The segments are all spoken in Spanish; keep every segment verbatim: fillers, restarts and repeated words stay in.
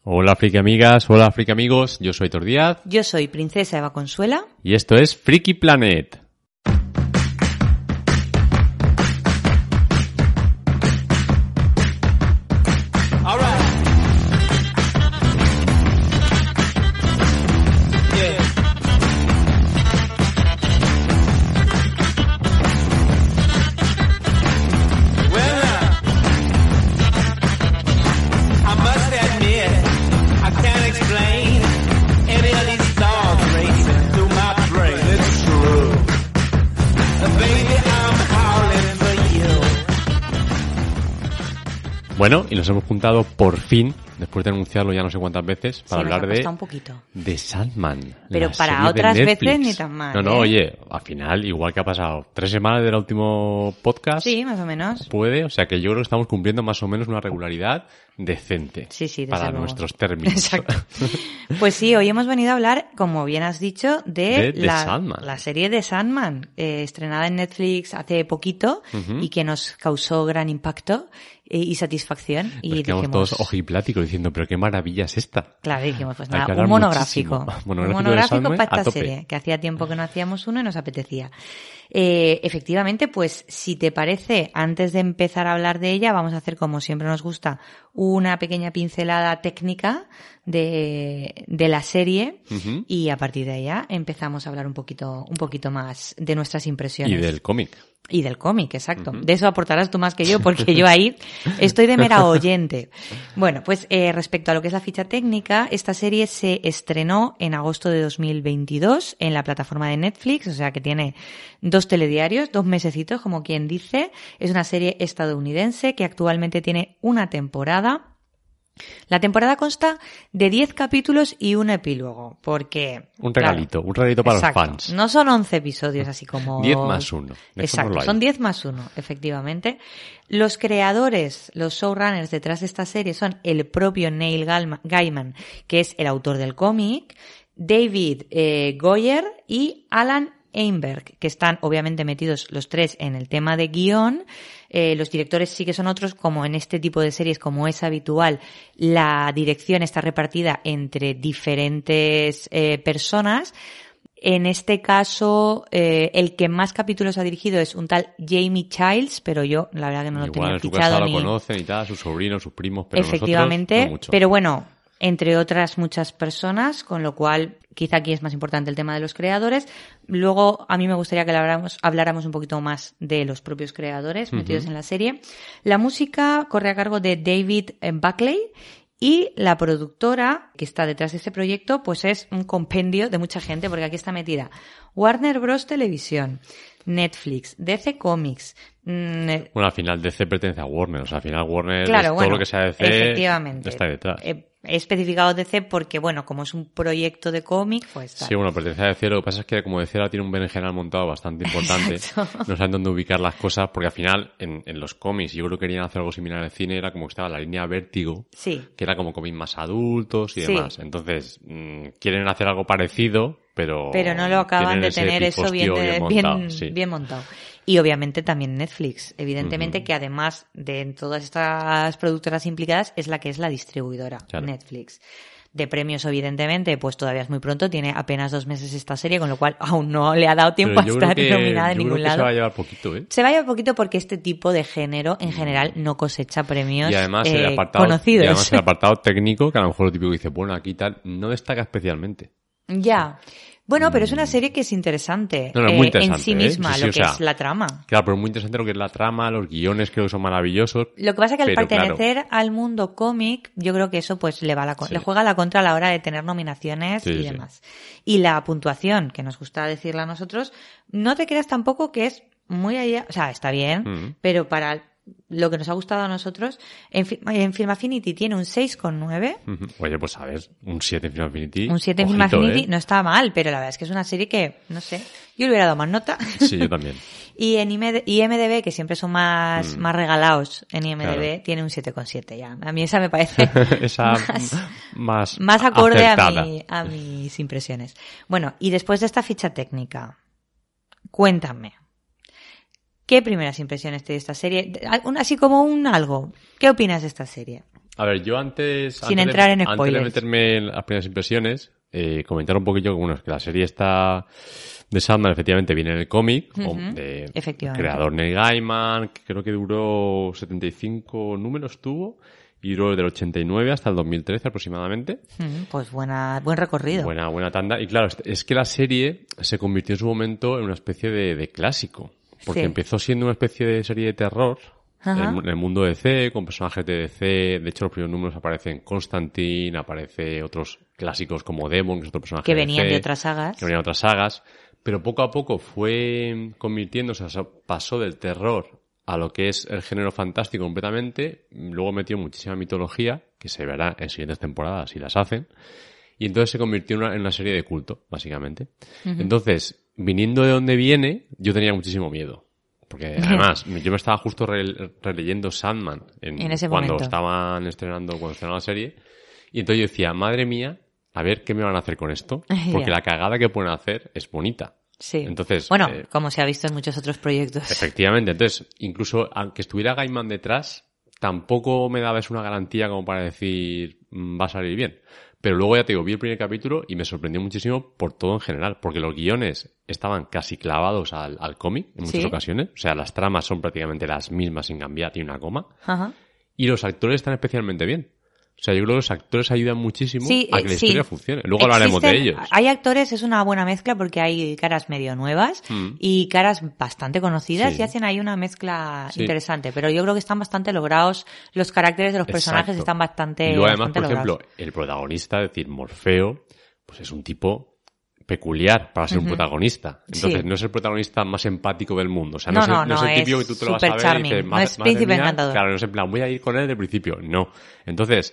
Hola Friki amigas, hola Friki amigos, yo soy Tor Díaz. Yo soy Princesa Eva Consuela. Y esto es Friki Planet. Bueno, y nos hemos juntado por fin, después de anunciarlo ya no sé cuántas veces, para sí, hablar de un poquito. de Sandman. Pero para otras veces ni tan mal. No, no, ¿eh? Oye, al final, igual que ha pasado tres semanas del último podcast. Sí, más o menos. Puede, o sea que yo creo que estamos cumpliendo más o menos una regularidad decente. Sí, sí, desde para luego. nuestros términos. Exacto. Pues sí, hoy hemos venido a hablar, como bien has dicho, de, de, de la, Sandman. la serie de Sandman, eh, estrenada en Netflix hace poquito uh-huh. y que nos causó gran impacto y satisfacción. Pues y quedamos dijimos, todos ojipláticos diciendo, pero qué maravilla es esta. Claro, dijimos, pues nada, un monográfico. monográfico. Un monográfico para esta tope. serie, que hacía tiempo que no hacíamos uno y nos apetecía. Eh, efectivamente, pues si te parece, antes de empezar a hablar de ella, vamos a hacer, como siempre nos gusta, una pequeña pincelada técnica de, de la serie uh-huh. y a partir de allá empezamos a hablar un poquito, un poquito más de nuestras impresiones. Y del cómic. Y del cómic, exacto. Uh-huh. De eso aportarás tú más que yo, porque yo ahí estoy de mera oyente. Bueno, pues eh, respecto a lo que es la ficha técnica, esta serie se estrenó en agosto de dos mil veintidós en la plataforma de Netflix, o sea que tiene dos telediarios, dos mesecitos, como quien dice. Es una serie estadounidense que actualmente tiene una temporada. La temporada consta de diez capítulos y un epílogo, porque... Un regalito, claro, un regalito para exacto, los fans. No son once episodios así como... diez más uno. Exacto, son diez más uno, efectivamente. Los creadores, los showrunners detrás de esta serie son el propio Neil Gaiman, que es el autor del cómic, David eh, Goyer y Alan Einberg, que están obviamente metidos los tres en el tema de guión. Eh, los directores sí que son otros, como en este tipo de series, como es habitual, la dirección está repartida entre diferentes eh, personas. En este caso, eh, el que más capítulos ha dirigido es un tal Jamie Childs, pero yo la verdad que no lo Igual tenía en su fichado casa ni... lo conocen y tal, sus sobrinos, sus primos, pero efectivamente, nosotros no mucho. Pero bueno, entre otras muchas personas, con lo cual quizá aquí es más importante el tema de los creadores. Luego, a mí me gustaría que habláramos, habláramos un poquito más de los propios creadores metidos uh-huh. en la serie. La música corre a cargo de David Buckley y la productora que está detrás de este proyecto pues es un compendio de mucha gente, porque aquí está metida Warner Bros. Televisión, Netflix, D C Comics. Mm, bueno, al final D C pertenece a Warner, o sea, al final Warner, claro, es todo bueno, lo que sea D C, efectivamente, está detrás. Eh, He especificado D C porque, bueno, como es un proyecto de cómic, pues tal. Sí, bueno, pertenece a D C. Lo que pasa es que, como D C ahora tiene un berenjenal montado bastante importante, Exacto. No saben dónde ubicar las cosas, porque al final, en, en los cómics, yo creo que querían hacer algo similar al cine, era como que estaba la línea Vértigo, sí. que era como cómics más adultos y sí. demás. Entonces, mmm, quieren hacer algo parecido, pero... Pero no lo acaban de tener eso bien, de, bien montado. Bien, sí. bien montado. Y obviamente también Netflix, evidentemente uh-huh. que además de todas estas productoras implicadas, es la que es la distribuidora, claro. Netflix. De premios, evidentemente, pues todavía es muy pronto, tiene apenas dos meses esta serie, con lo cual aún no le ha dado tiempo a estar que, nominada en yo ningún creo que lado. Se va a llevar poquito, ¿eh? Se va a llevar poquito porque este tipo de género, en general, no cosecha premios y además, eh, el apartado, conocidos. Y además el apartado técnico, que a lo mejor lo típico dice, bueno, aquí tal, no destaca especialmente. Ya. Bueno, pero es una serie que es interesante, no, no, muy interesante eh, en sí misma, ¿eh? sí, sí, lo o que sea, es la trama. Claro, pero muy interesante lo que es la trama, los guiones creo que son maravillosos. Lo que pasa es que al pero, pertenecer claro, al mundo cómic, yo creo que eso pues le va a la, sí. le juega la contra a la hora de tener nominaciones sí, y sí. demás. Y la puntuación, que nos gusta decirla a nosotros, no te creas tampoco que es muy allá, o sea, está bien, mm. pero para lo que nos ha gustado a nosotros, en, en Film Affinity tiene un seis coma nueve. Oye, pues a ver, un siete en Film Affinity. Un siete en Film Affinity ¿eh? No está mal, pero la verdad es que es una serie que, no sé, yo le hubiera dado más nota. Sí, yo también. Y en I M D B, que siempre son más, mm. más regalados en I M D B, claro. tiene un siete coma siete ya. A mí esa me parece esa más, más, más acorde a, mi, mi, a mis impresiones. Bueno, y después de esta ficha técnica, cuéntame. ¿Qué primeras impresiones te de esta serie? Así como un algo. ¿Qué opinas de esta serie? A ver, yo antes... Sin antes entrar de, en Antes spoilers. de meterme en las primeras impresiones, eh, comentar un poquillo que, bueno, es que la serie está... de Sandman efectivamente viene en el cómic, Uh-huh. o de Efectivamente. creador Neil Gaiman, que creo que duró setenta y cinco números tuvo, y duró del ochenta y nueve hasta el dos mil trece aproximadamente. Mm, Pues buena, buen recorrido. Buena, buena tanda. Y claro, es que la serie se convirtió en su momento en una especie de, de clásico, porque Sí. empezó siendo una especie de serie de terror Ajá. en, en el mundo de D C, con personajes de D C. De hecho, los primeros números aparecen Constantine, aparece otros clásicos como Demon, que es otro personaje que de venían D C, de otras sagas. que venían de otras sagas. Pero poco a poco fue convirtiéndose, o sea, pasó del terror a lo que es el género fantástico completamente. Luego metió muchísima mitología, que se verá en siguientes temporadas si las hacen. Y entonces se convirtió en una, en una serie de culto, básicamente. Uh-huh. Entonces, viniendo de donde viene, yo tenía muchísimo miedo. Porque además, yo me estaba justo re- releyendo Sandman en, En ese cuando momento. estaban estrenando, cuando estrenaba la serie. Y entonces yo decía, madre mía, a ver qué me van a hacer con esto. Porque Ya. la cagada que pueden hacer es bonita. Sí. Entonces, bueno, eh, como se ha visto en muchos otros proyectos. Efectivamente. Entonces, incluso aunque estuviera Gaiman detrás, tampoco me daba eso una garantía como para decir mm, va a salir bien. Pero luego ya te digo, vi el primer capítulo y me sorprendió muchísimo por todo en general, porque los guiones estaban casi clavados al, al cómic en muchas Sí. ocasiones. O sea, las tramas son prácticamente las mismas sin cambiar ni una coma. Ajá. Y los actores están especialmente bien. O sea, yo creo que los actores ayudan muchísimo Sí, a que la eh, sí. historia funcione. Luego hablaremos de Existen- ellos. Hay actores, es una buena mezcla porque hay caras medio nuevas Mm. y caras bastante conocidas Sí. y hacen ahí una mezcla Sí. interesante. Pero yo creo que están bastante logrados, los caracteres de los personajes Exacto. están bastante, Y luego además, bastante por ejemplo, logrados. el protagonista, es decir, Morfeo, pues es un tipo peculiar para ser un Ujú. protagonista. Entonces, Sí. no es el protagonista más empático del mundo. O sea, no, No, es, el, no, no es no, el típico es que tú te lo vas a ver super y dices, charming, no "Madre- es madre príncipe mía", encantador. Claro, no es en plan, voy a ir con él desde el principio. No. Entonces,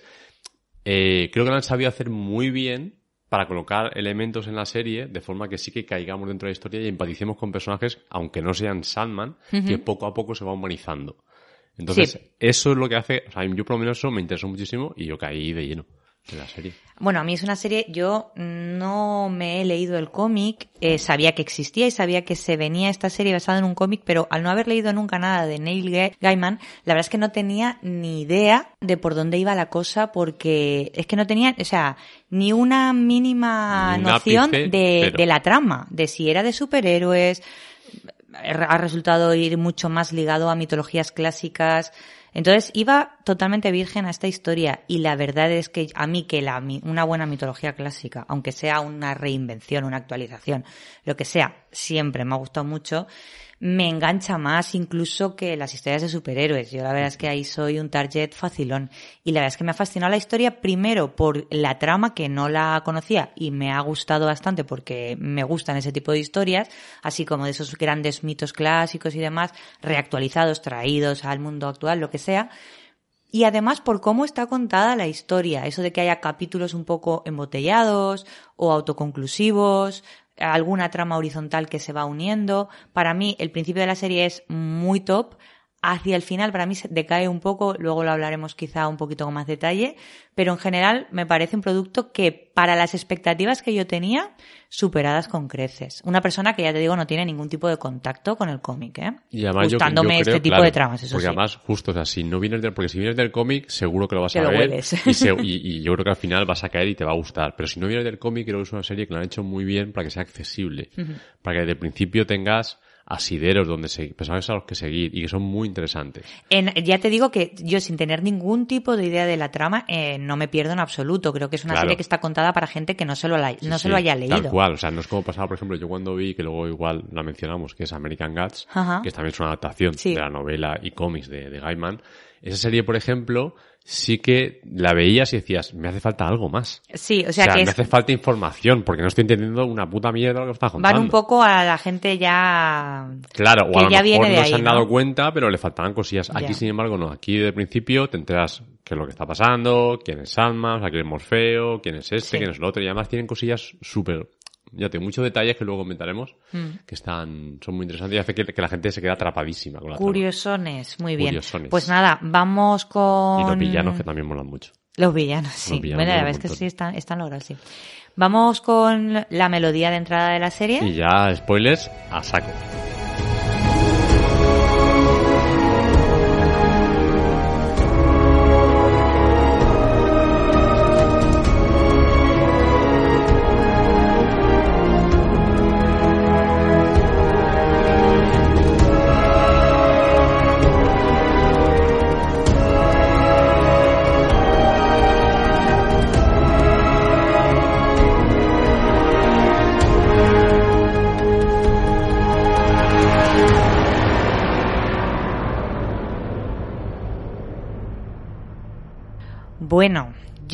eh, creo que lo han sabido hacer muy bien para colocar elementos en la serie de forma que sí que caigamos dentro de la historia y empaticemos con personajes, aunque no sean Sandman, Ujú. que poco a poco se van humanizando. Entonces, Sí. eso es lo que hace, o sea, yo por lo menos eso me interesó muchísimo y yo caí de lleno en la serie. Bueno, a mí es una serie, yo no me he leído el cómic, eh, sabía que existía y sabía que se venía esta serie basada en un cómic, pero al no haber leído nunca nada de Neil Ga- Gaiman, la verdad es que no tenía ni idea de por dónde iba la cosa, porque es que no tenía, o sea, ni una mínima Ni un noción ápice, de, cero. de la trama, de si era de superhéroes, ha resultado ir mucho más ligado a mitologías clásicas. Entonces iba totalmente virgen a esta historia y la verdad es que a mí que la, una buena mitología clásica, aunque sea una reinvención, una actualización, lo que sea, siempre me ha gustado mucho, me engancha más incluso que las historias de superhéroes. Yo la verdad es que ahí soy un target facilón y la verdad es que me ha fascinado la historia primero por la trama que no la conocía y me ha gustado bastante porque me gustan ese tipo de historias, así como de esos grandes mitos clásicos y demás, reactualizados, traídos al mundo actual, lo que sea. Y además por cómo está contada la historia, eso de que haya capítulos un poco embotellados o autoconclusivos, alguna trama horizontal que se va uniendo. Para mí el principio de la serie es muy top. Hacia el final para mí se decae un poco, luego lo hablaremos quizá un poquito con más detalle, pero en general me parece un producto que para las expectativas que yo tenía, superadas con creces. Una persona que ya te digo no tiene ningún tipo de contacto con el cómic, ¿eh? Y además yo- gustándome yo creo, este tipo claro, de tramas, eso porque sí. además, justo, o sea, si no vienes del, porque si vienes del cómic, seguro que lo vas Te a lo ver. hueles. Y, se- y, y yo creo que al final vas a caer y te va a gustar. Pero si no vienes del cómic, creo que es una serie que lo han hecho muy bien para que sea accesible. Para que desde el principio tengas asideros donde se, personajes a los que seguir y que son muy interesantes. En, ya te digo que yo sin tener ningún tipo de idea de la trama, eh, no me pierdo en absoluto. Creo que es una Claro. serie que está contada para gente que no se lo, la- Sí, no sí, se lo haya leído. Tal cual, o sea, no es como pasaba, por ejemplo, yo cuando vi, que luego igual la mencionamos, que es American Gods, Ajá. que también es una adaptación Sí. de la novela y cómics de, de Gaiman. Esa serie, por ejemplo, sí que la veías y decías, me hace falta algo más. Sí, o sea, que me es- hace falta información, porque no estoy entendiendo una puta mierda lo que estás contando. van un poco a la gente ya... Claro, o que a lo ya mejor viene de no ahí, se han ¿no? dado cuenta, pero le faltaban cosillas. Aquí, Ya. sin embargo, no. Aquí, de principio, te enteras qué es lo que está pasando, quién es Sandman, o sea, quién es Morfeo, quién es este, Sí. quién es el otro. Y además tienen cosillas súper... Ya tengo muchos detalles que luego comentaremos, Mm. que están son muy interesantes y hace que, que la gente se quede atrapadísima con la trama. Curiosones, muy bien. Curiosones. Pues nada, vamos con... Y los villanos, que también molan mucho. Los villanos, sí. villanos Bueno, la molan verdad es un que montón. sí, están, están logrados, sí. Vamos con la melodía de entrada de la serie. Y ya, spoilers, a saco.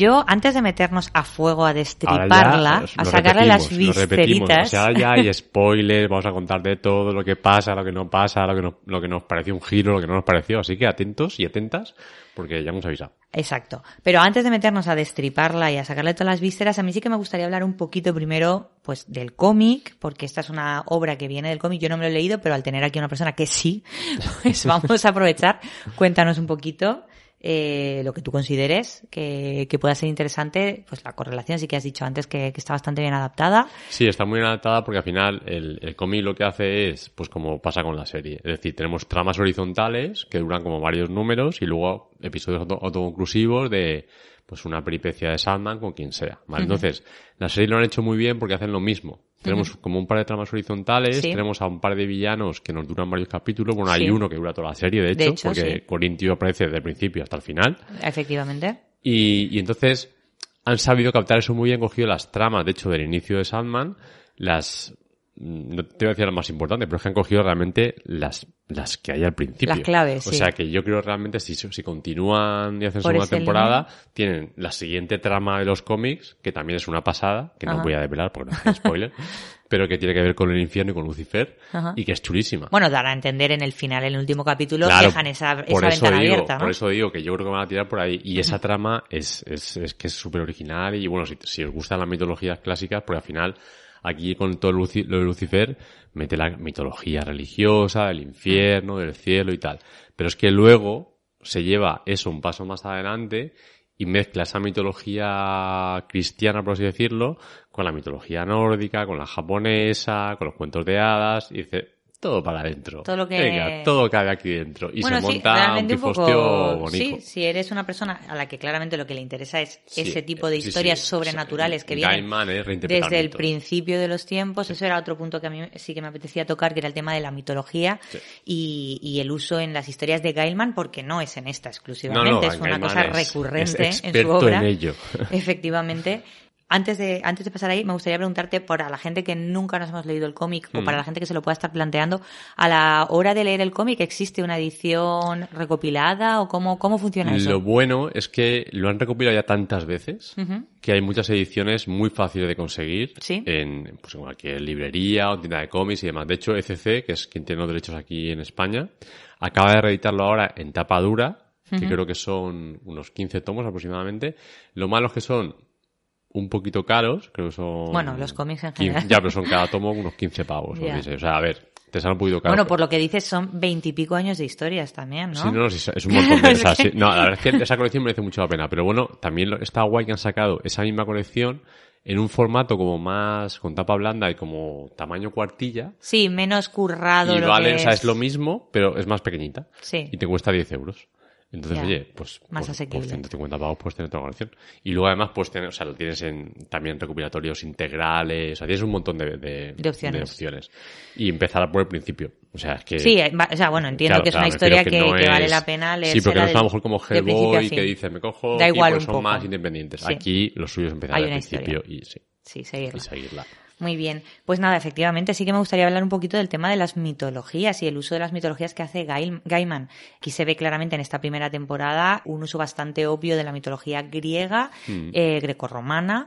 Yo, antes de meternos a fuego, a destriparla, ya, a sacarle las visceritas... O sea, ya hay spoilers, vamos a contar de todo lo que pasa, lo que no pasa, lo que, no, lo que nos pareció un giro, lo que no nos pareció. Así que atentos y atentas, porque ya hemos avisado. Exacto. Pero antes de meternos a destriparla y a sacarle todas las vísceras, a mí sí que me gustaría hablar un poquito primero pues del cómic, porque esta es una obra que viene del cómic. Yo no me lo he leído, pero al tener aquí una persona que sí, pues vamos a aprovechar. Cuéntanos un poquito... Eh, lo que tú consideres que, que pueda ser interesante, pues la correlación sí que has dicho antes que, que está bastante bien adaptada. Sí, está muy bien adaptada porque al final el, el cómic lo que hace es, pues como pasa con la serie, es decir, tenemos tramas horizontales que duran como varios números y luego episodios auto- autoconclusivos de pues una peripecia de Sandman con quien sea, ¿vale? Uh-huh. Entonces, la serie lo han hecho muy bien porque hacen lo mismo. Tenemos uh-huh. como un par de tramas horizontales, sí. tenemos a un par de villanos que nos duran varios capítulos. Bueno, hay sí. uno que dura toda la serie, de hecho, de hecho porque sí. Corintio aparece desde el principio hasta el final. Efectivamente. Y, y entonces han sabido captar eso muy bien, cogido las tramas, de hecho, del inicio de Sandman, las... no te voy a decir las más importantes, pero es que han cogido realmente las las que hay al principio. Las claves, O sí. sea que yo creo realmente si, si continúan y hacen segunda temporada, línea. Tienen la siguiente trama de los cómics, que también es una pasada, que Ajá. no voy a develar porque no es spoiler, pero que tiene que ver con el infierno y con Lucifer, Ajá. y que es chulísima. Bueno, dará a entender en el final, en el último capítulo, claro, dejan esa, esa ventana digo, abierta, ¿no? Por eso digo que yo creo que van a tirar por ahí. Y esa trama es, es, es que es súper original y bueno, si, si os gustan las mitologías clásicas, porque al final aquí con todo lo de Lucifer mete la mitología religiosa, del infierno, del cielo y tal. Pero es que luego se lleva eso un paso más adelante y mezcla esa mitología cristiana, por así decirlo, con la mitología nórdica, con la japonesa, con los cuentos de hadas y dice... todo para adentro. Todo lo que... Venga, todo cabe aquí dentro. Y bueno, se sí, monta un pifostio un poco... bonito. Sí, si eres una persona a la que claramente lo que le interesa es sí, ese tipo de sí, historias sí, sobrenaturales sí, que vienen desde el mitos. principio de los tiempos, sí. Eso era otro punto que a mí sí que me apetecía tocar, que era el tema de la mitología sí. y, y el uso en las historias de Gaiman, porque no es en esta exclusivamente, no, no, es una Gaiman cosa es, recurrente es en su obra. En ello. Efectivamente. Antes de, antes de pasar ahí, me gustaría preguntarte para la gente que nunca nos hemos leído el cómic mm. o para la gente que se lo pueda estar planteando, a la hora de leer el cómic, ¿existe una edición recopilada o cómo, cómo funciona eso? Lo bueno es que lo han recopilado ya tantas veces uh-huh. que hay muchas ediciones muy fáciles de conseguir ¿sí? en, pues, en cualquier librería o tienda de cómics y demás. De hecho, E C C, que es quien tiene los derechos aquí en España, acaba de reeditarlo ahora en tapa dura, uh-huh. que creo que son unos quince tomos aproximadamente. Lo malo es que son un poquito caros, creo que son... Bueno, los cómics en general. quince, ya, pero son cada tomo unos quince pavos. Yeah. O sea, a ver, te sale un poquito caro. Bueno, por lo que dices, son veintipico años de historias también, ¿no? Sí, no, no, sí, es un montón de... o sea, sí, no, la verdad es que esa colección merece mucho la pena. Pero bueno, también está guay que han sacado esa misma colección en un formato como más con tapa blanda y como tamaño cuartilla. Sí, menos currado. Y lo vale, que o sea, es... es lo mismo, pero es más pequeñita. Sí. Y te cuesta diez euros. Entonces, ya, oye, pues más por, asequible. por ciento cincuenta pavos puedes tener toda la colección. Y luego además puedes tener, o sea, lo tienes en también recopilatorios integrales, o sea, tienes un montón de, de, de, opciones. de opciones. Y empezar por el principio. O sea, es que... Sí, o sea, bueno, entiendo claro, que es claro, una historia que, que, no que es... vale la pena leer. Sí, porque no es a lo mejor como Hellboy que dice, me cojo da igual y pues un son poco. más independientes. Sí. Aquí los suyos empiezan al principio historia. y sí. Sí, seguirla. Y seguirla. Muy bien. Pues nada, efectivamente sí que me gustaría hablar un poquito del tema de las mitologías y el uso de las mitologías que hace Gaiman. Aquí se ve claramente en esta primera temporada un uso bastante obvio de la mitología griega, mm. eh, grecorromana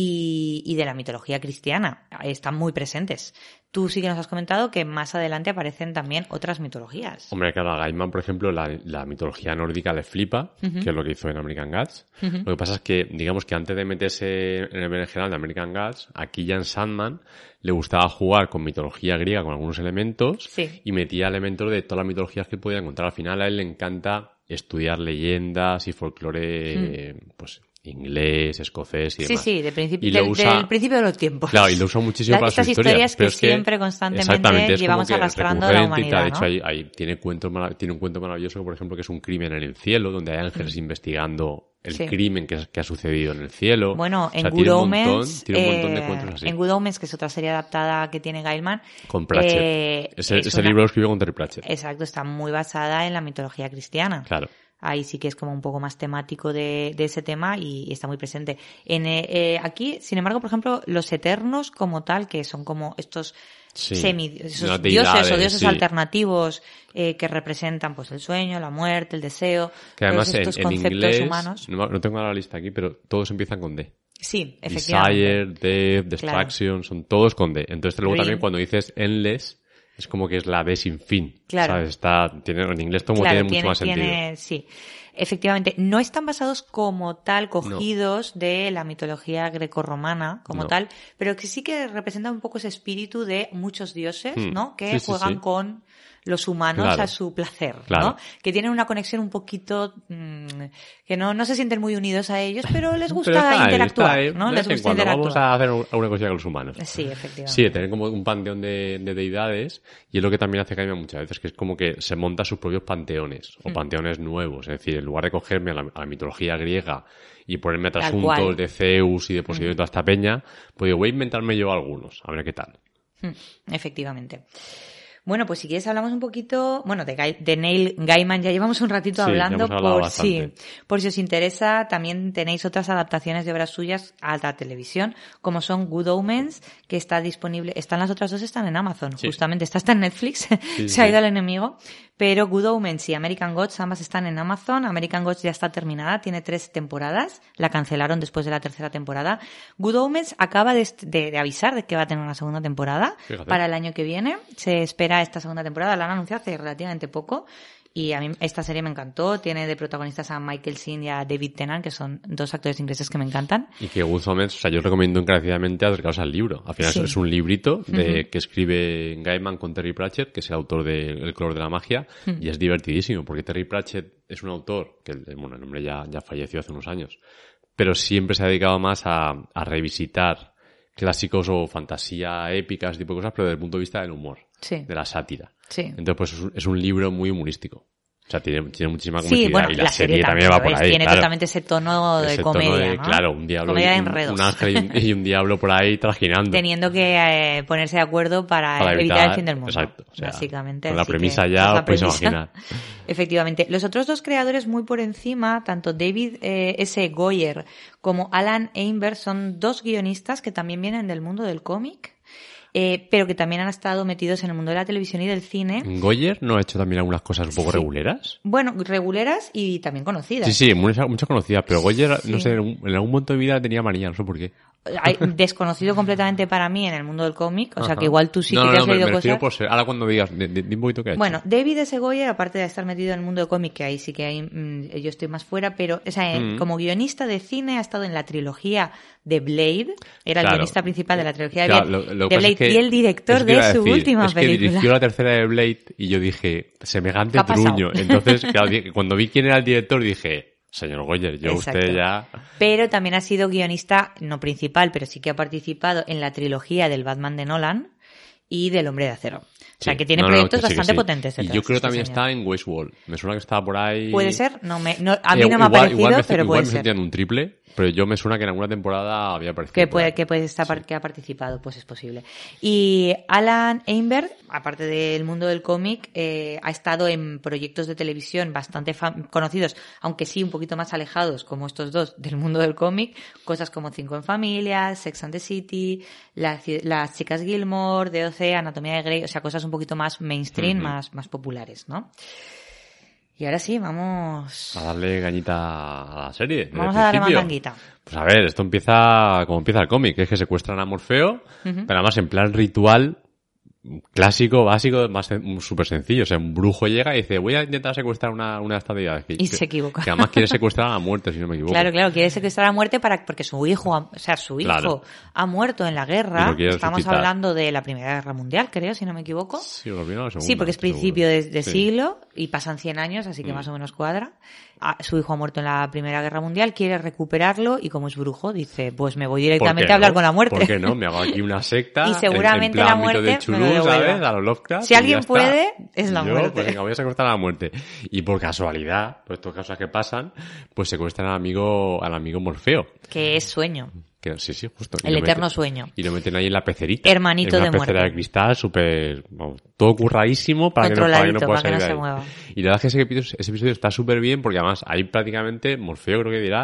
y, y de la mitología cristiana. Están muy presentes. Tú sí que nos has comentado que más adelante aparecen también otras mitologías. Hombre, claro, a Gaiman, por ejemplo, la, la mitología nórdica le flipa, uh-huh. que es lo que hizo en American Gods. Uh-huh. Lo que pasa es que, digamos que antes de meterse en el berenjenal de American Gods, aquí ya en Sandman le gustaba jugar con mitología griega, con algunos elementos, sí. y metía elementos de todas las mitologías que podía encontrar. Al final a él le encanta estudiar leyendas y folclore, uh-huh. pues... inglés, escocés y demás. Sí, sí, de principio, del, usa, del principio de los tiempos. Claro, y lo usa muchísimo la, para sus historias. historias que pero es que siempre constantemente llevamos arrastrando a la humanidad, De ¿no? hecho, hay, hay, tiene, cuentos, tiene un cuento maravilloso, por ejemplo, que es un crimen en el cielo, donde hay ángeles mm. investigando el sí. crimen que, que ha sucedido en el cielo. Bueno, en o sea, Good Omens, tiene un montón de cuentos así. En Good Omens, que es otra serie adaptada que tiene Gaiman. Con Pratchett. Eh, ese es ese una, libro lo escribió con Terry Pratchett. Exacto, está muy basada en la mitología cristiana. Claro. Ahí sí que es como un poco más temático de, de ese tema y, y está muy presente. En, eh, aquí, sin embargo, por ejemplo, los Eternos como tal, que son como estos sí. semi, esos dioses o dioses sí. alternativos eh, que representan pues el sueño, la muerte, el deseo, que además todos estos en, conceptos en inglés, humanos. No, no tengo la lista aquí, pero todos empiezan con D. Sí, efectivamente. Desire, Death, Destruction, claro. Son todos con D. Entonces luego Dream. También cuando dices endless, es como que es la D sin fin. Claro. ¿Sabes? Está, tiene, en inglés como claro, tiene, tiene mucho más sentido. Tiene, sí. Efectivamente, no están basados como tal, cogidos no. de la mitología grecorromana como no. tal, pero que sí que representan un poco ese espíritu de muchos dioses, hmm. ¿no? Que sí, juegan sí, sí. con los humanos claro. a su placer, claro. ¿no? Que tienen una conexión un poquito mmm, que no, no se sienten muy unidos a ellos, pero les gusta pero está interactuar, ahí, está ahí. ¿no? Les gusta interactuar. Vamos a hacer alguna cosa con los humanos. Sí, efectivamente. Sí, tener como un panteón de, de deidades, y es lo que también hace Gaiman muchas veces, que es como que se monta sus propios panteones, o hmm. panteones nuevos, es decir, en lugar de cogerme a la, a la mitología griega y ponerme a trasuntos de Zeus y de Poseidón y toda esta peña, pues digo, voy a inventarme yo algunos, a ver qué tal. Hmm. Efectivamente. Bueno, pues si quieres hablamos un poquito, bueno, de, Guy, de Neil Gaiman ya llevamos un ratito sí, hablando, por sí, por si os interesa, también tenéis otras adaptaciones de obras suyas a la televisión, como son Good Omens, que está disponible, están las otras dos están en Amazon, sí. justamente, esta está en Netflix, sí, se ha ido sí. al enemigo, pero Good Omens y American Gods ambas están en Amazon. American Gods ya está terminada, tiene tres temporadas, la cancelaron después de la tercera temporada. Good Omens acaba de, de, de avisar de que va a tener una segunda temporada Fíjate. para el año que viene, se espera esta segunda temporada, la han anunciado hace relativamente poco y a mí esta serie me encantó, tiene de protagonistas a Michael Sheen y a David Tennant, que son dos actores ingleses que me encantan. Y que Good Omens, o sea, yo recomiendo encarecidamente acercaros al libro, al final sí. es un librito de, uh-huh. que escribe Gaiman con Terry Pratchett, que es el autor de El color de la magia, uh-huh. y es divertidísimo, porque Terry Pratchett es un autor, que bueno, el hombre ya, ya falleció hace unos años, pero siempre se ha dedicado más a, a revisitar clásicos o fantasía épicas, tipo de cosas, pero desde el punto de vista del humor, sí. de la sátira. Sí. Entonces, pues es un, es un libro muy humorístico. O sea, tiene, tiene muchísima comicidad. Sí, bueno, y la, la serie, serie también va por ahí. Tiene claro. totalmente ese tono de ese comedia, tono de, ¿no? Claro, un diablo, comedia y, de un, un ángel y un, y un diablo por ahí trajinando. Teniendo que eh, ponerse de acuerdo para, para evitar, evitar el fin del mundo. Exacto. O sea, básicamente. Con la Así premisa que, ya la os podéis premisa, imaginar. Efectivamente. Los otros dos creadores muy por encima, tanto David eh, S. Goyer como Alan Einberg, son dos guionistas que también vienen del mundo del cómic. Eh, pero que también han estado metidos en el mundo de la televisión y del cine. ¿Goyer no ha hecho también algunas cosas un poco sí. reguleras? Bueno, reguleras y también conocidas. Sí, sí, muchas, muchas conocidas, pero Goyer, sí. no sé, en algún momento de vida tenía manía, no sé por qué. Desconocido completamente para mí en el mundo del cómic, o sea Ajá. que igual tú sí no, que no, te has no, leído me, me cosas. Por ser. Ahora cuando digas, dime un poquito qué ha hecho. Bueno, David S. Goyer, aparte de estar metido en el mundo del cómic, que ahí sí que hay, mmm, yo estoy más fuera, pero o sea, mm. como guionista de cine ha estado en la trilogía de Blade, era claro. el guionista principal de la trilogía claro, de, lo, lo de Blade es que, y el director de su decir, última es película. Que dirigió la tercera de Blade y yo dije, semejante truño. Entonces, claro, cuando vi quién era el director dije... Señor Goyer, yo Exacto. usted ya... Pero también ha sido guionista, no principal, pero sí que ha participado en la trilogía del Batman de Nolan y del Hombre de Acero. O sea, sí. que tiene no, proyectos no, que sí, bastante que sí. potentes. Y yo creo que este también señor. está en Westworld. Me suena que estaba por ahí... Puede ser, no me, no, a mí eh, no me ha igual, parecido, igual me, pero igual puede me ser. sentía en un triple, pero yo me suena que en alguna temporada había aparecido. Que puede, que puede estar, sí. que ha participado, pues es posible. Y Alan Einberg, aparte del mundo del cómic, eh, ha estado en proyectos de televisión bastante fam- conocidos, aunque sí un poquito más alejados, como estos dos, del mundo del cómic, cosas como Cinco en Familia, Sex and the City, la, Las Chicas Gilmore, D O C, Anatomía de Grey, o sea, cosas un poquito más mainstream, uh-huh. más, más populares, ¿no? Y ahora sí, vamos... A darle gañita a la serie. Vamos a darle mandanguita. Pues a ver, esto empieza como empieza el cómic, que es que secuestran a Morfeo, uh-huh. pero además en plan ritual, clásico, básico, más súper sencillo. O sea, un brujo llega y dice, voy a intentar secuestrar una, una de estas deidades. Que, y se equivoca. Que además quiere secuestrar a la muerte, si no me equivoco. Claro, claro, quiere secuestrar a la muerte para, porque su hijo, ha, o sea, su hijo claro. ha muerto en la guerra. Estamos resucitar. hablando de la Primera Guerra Mundial, creo, si no me equivoco. Sí, la primera o la segunda. Sí, porque es principio seguro. de, de sí. siglo y pasan cien años, así que mm. más o menos cuadra. Ah, su hijo ha muerto en la Primera Guerra Mundial, quiere recuperarlo y como es brujo dice, pues me voy directamente a hablar no? con la muerte. ¿Por qué no? Me hago aquí una secta. Y seguramente en, en la muerte de Chulú, me lo ¿sabes? A los Lovecraft. Si alguien puede, está. es la Yo, muerte. Pues venga, voy a secuestrar a la muerte. Y por casualidad, por estas cosas que pasan, pues secuestran al amigo, al amigo Morfeo. Que es Sueño. Que, sí, sí, justo. El eterno meten, sueño. Y lo meten ahí en la pecerita. Hermanito en una de pecera muerte. de cristal, súper... Vamos, todo curradísimo para que no, para que no pueda para salir que no de se ahí. mueva. Y la verdad es que ese episodio, ese episodio está súper bien porque además ahí prácticamente Morfeo creo que dirá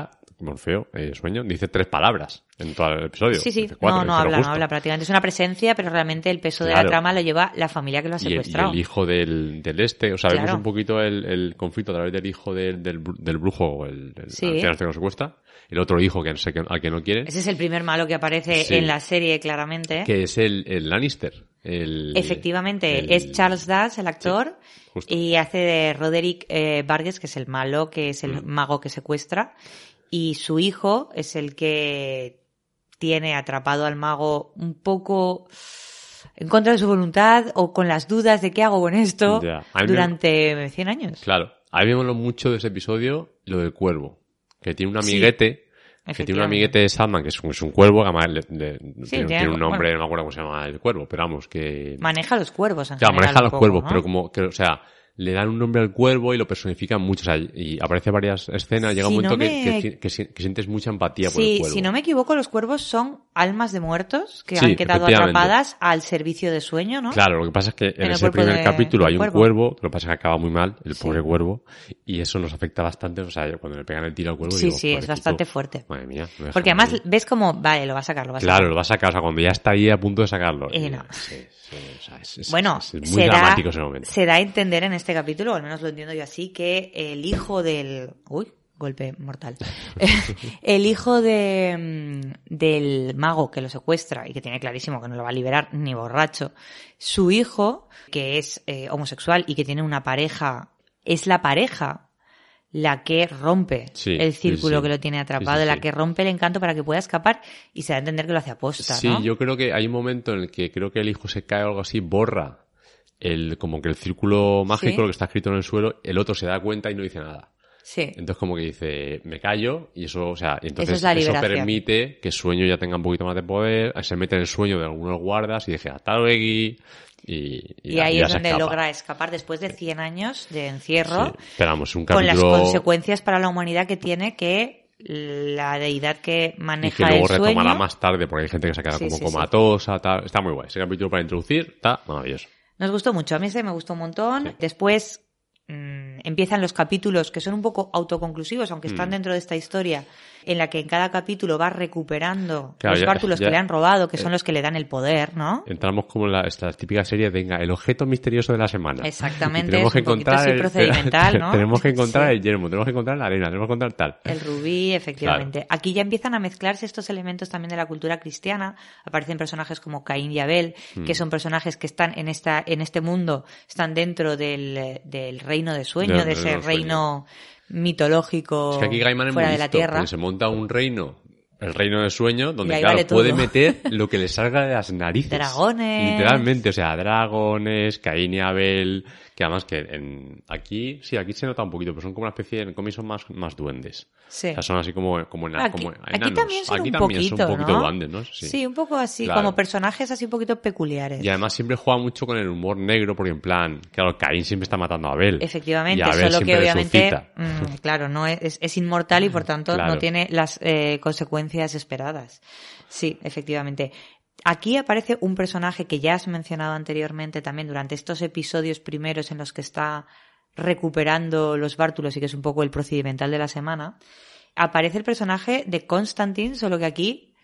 Morfeo, eh, sueño, dice tres palabras en todo el episodio. Sí, sí, dice cuatro, no, no habla, no habla prácticamente. Es una presencia, pero realmente el peso claro. de la trama lo lleva la familia que lo ha secuestrado. Y el, y el hijo del, del este, o sea, claro. vemos un poquito el, el conflicto a través del hijo del, del, del brujo, el, el sí. anciano este que lo secuestra, el otro hijo que, al que no quiere. Ese es el primer malo que aparece sí. en la serie, claramente. Que es el, el Lannister. El, Efectivamente, el, es Charles Dance, el actor, sí, y hace de Roderick eh, Vargas, que es el malo, que es el mm. mago que secuestra, y su hijo es el que tiene atrapado al mago un poco en contra de su voluntad o con las dudas de qué hago con esto durante me... cien años. Claro, a mí me moló mucho de ese episodio lo del cuervo, que tiene un amiguete... Sí. Que tiene un amiguete de Sandman, que es un, es un cuervo, que además le, le, sí, tiene, tiene un nombre, bueno, no me acuerdo cómo se llama el cuervo, pero vamos, que... Maneja los cuervos en claro, general. maneja los poco, cuervos, ¿no? pero como, que, o sea, le dan un nombre al cuervo y lo personifican mucho, o sea, y aparece varias escenas, llega si un momento no me... que, que, que, que, que sientes mucha empatía sí, por el cuervo. Si no me equivoco, los cuervos son almas de muertos que sí, han quedado atrapadas al servicio de sueño, ¿no? Claro, lo que pasa es que en, en ese primer de... capítulo hay un cuervo. cuervo, lo que pasa es que acaba muy mal, el pobre sí. cuervo, y eso nos afecta bastante, o sea, cuando le pegan el tiro al cuervo... Sí, digo, sí, es bastante fuerte. Madre mía. Porque además ahí. ves como, vale, lo va a sacar, lo va a sacar. Claro, lo va a sacar, o sea, cuando ya está ahí a punto de sacarlo. Y no. Sí, sí, o sea, es, es, bueno, es, es muy se dramático da, ese momento. Se da a entender en este capítulo, o al menos lo entiendo yo así, que el hijo del... Uy, golpe mortal. El hijo de del mago que lo secuestra y que tiene clarísimo que no lo va a liberar ni borracho, su hijo, que es eh, homosexual y que tiene una pareja, es la pareja la que rompe sí, el círculo sí, sí. que lo tiene atrapado, sí, sí, la sí. que rompe el encanto para que pueda escapar y se da a entender que lo hace aposta, sí, ¿no? Sí, yo creo que hay un momento en el que creo que el hijo se cae o algo así, borra el como que el círculo mágico, ¿sí? Lo que está escrito en el suelo, el otro se da cuenta y no dice nada. Sí. Entonces como que dice, me callo, y eso, o sea, entonces eso, es eso permite que Sueño ya tenga un poquito más de poder, se mete en el sueño de algunos guardas y dice, hasta luego, y, y, y ahí es donde logra escapar después de cien años de encierro, sí. Pero vamos, un capítulo... con las consecuencias para la humanidad que tiene que la deidad que maneja el sueño... Y que luego retomará más tarde, porque hay gente que se queda sí, como sí, comatosa, sí. tal. Está muy guay. Ese capítulo para introducir está maravilloso. Nos gustó mucho, a mí ese me gustó un montón. Sí. Después mmm, empiezan los capítulos que son un poco autoconclusivos, aunque están mm. dentro de esta historia, en la que en cada capítulo va recuperando claro, los ya, bártulos ya, que le han robado, que eh, son los que le dan el poder, ¿no? Entramos como en la, esta típica serie de, venga, el objeto misterioso de la semana. Exactamente, tenemos es que un encontrar poquito el, procedimental, ¿no? Tenemos que encontrar sí. el yermo, tenemos que encontrar la arena, tenemos que encontrar tal. El rubí, efectivamente. Claro. Aquí ya empiezan a mezclarse estos elementos también de la cultura cristiana. Aparecen personajes como Caín y Abel, mm. que son personajes que están en esta en este mundo, están dentro del, del reino de sueño, de, de ese reino... mitológico es que aquí Gaiman fuera es muy de la listo, tierra. Porque se monta un reino, el reino de sueño, donde claro vale puede meter lo que le salga de las narices. Dragones. Literalmente, o sea, dragones, Caín y Abel, que además que en aquí, sí, aquí se nota un poquito, pero son como una especie, en cómics son más, más duendes. Sí. O sea, son así como, como, en, aquí, como aquí enanos. también son aquí un también poquito, son un poquito ¿no? duendes, ¿no? Sí. sí, un poco así, claro. como personajes así un poquito peculiares. Y además siempre juega mucho con el humor negro, porque en plan, claro, Caín siempre está matando a Abel. Efectivamente, y Abel solo que obviamente, mmm, claro, no es, es inmortal y por tanto claro. no tiene las eh, consecuencias esperadas. Sí, efectivamente. Aquí aparece un personaje que ya has mencionado anteriormente también durante estos episodios primeros en los que está recuperando los bártulos y que es un poco el procedimental de la semana. Aparece el personaje de Constantine, solo que aquí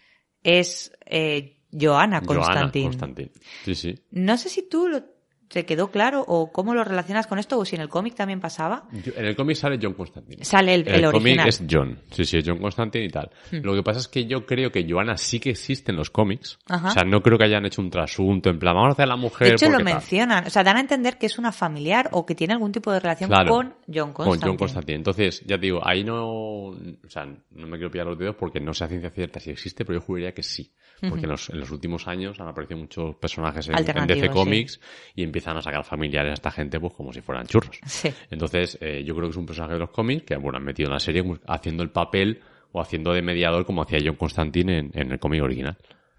es eh, Johanna Constantine. Johanna Constantine, sí, sí. No sé si tú lo, te quedó claro o cómo lo relacionas con esto o si en el cómic también pasaba. Yo, en el cómic sale John Constantine. Sale el, el, el original. El original. cómic es John, sí, sí, es John Constantine y tal. Hmm. Lo que pasa es que yo creo que Johanna sí que existe en los cómics. Ajá. O sea, no creo que hayan hecho un trasunto en plan, vamos a hacer a la mujer. De hecho, lo tal. mencionan. O sea, dan a entender que es una familiar o que tiene algún tipo de relación claro, con John Constantine. Con John Constantine. Entonces, ya te digo, ahí no, o sea, no me quiero pillar los dedos porque no sé a ciencia cierta si existe, pero yo juraría que sí. Porque uh-huh. en, los, en los últimos años han aparecido muchos personajes en, en D C Comics sí. y empiezan a sacar familiares a esta gente pues como si fueran churros. Sí. Entonces, eh, yo creo que es un personaje de los cómics que, bueno, han metido en la serie haciendo el papel o haciendo de mediador como hacía John Constantine en, en el cómic original.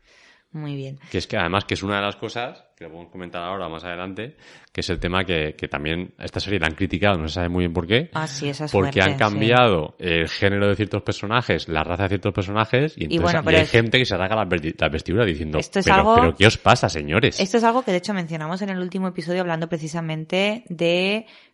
Muy bien. Que es que además que es una de las cosas que lo podemos comentar ahora más adelante, que es el tema que, que también esta serie la han criticado, no se sabe muy bien por qué. Ah, sí, esa es Porque fuerte, han cambiado sí. el género de ciertos personajes, la raza de ciertos personajes, y entonces y bueno, pero y hay es... gente que se rasga las vesti- la vestiduras diciendo, esto es pero, algo... pero ¿qué os pasa, señores? Esto es algo que de hecho mencionamos en el último episodio hablando precisamente de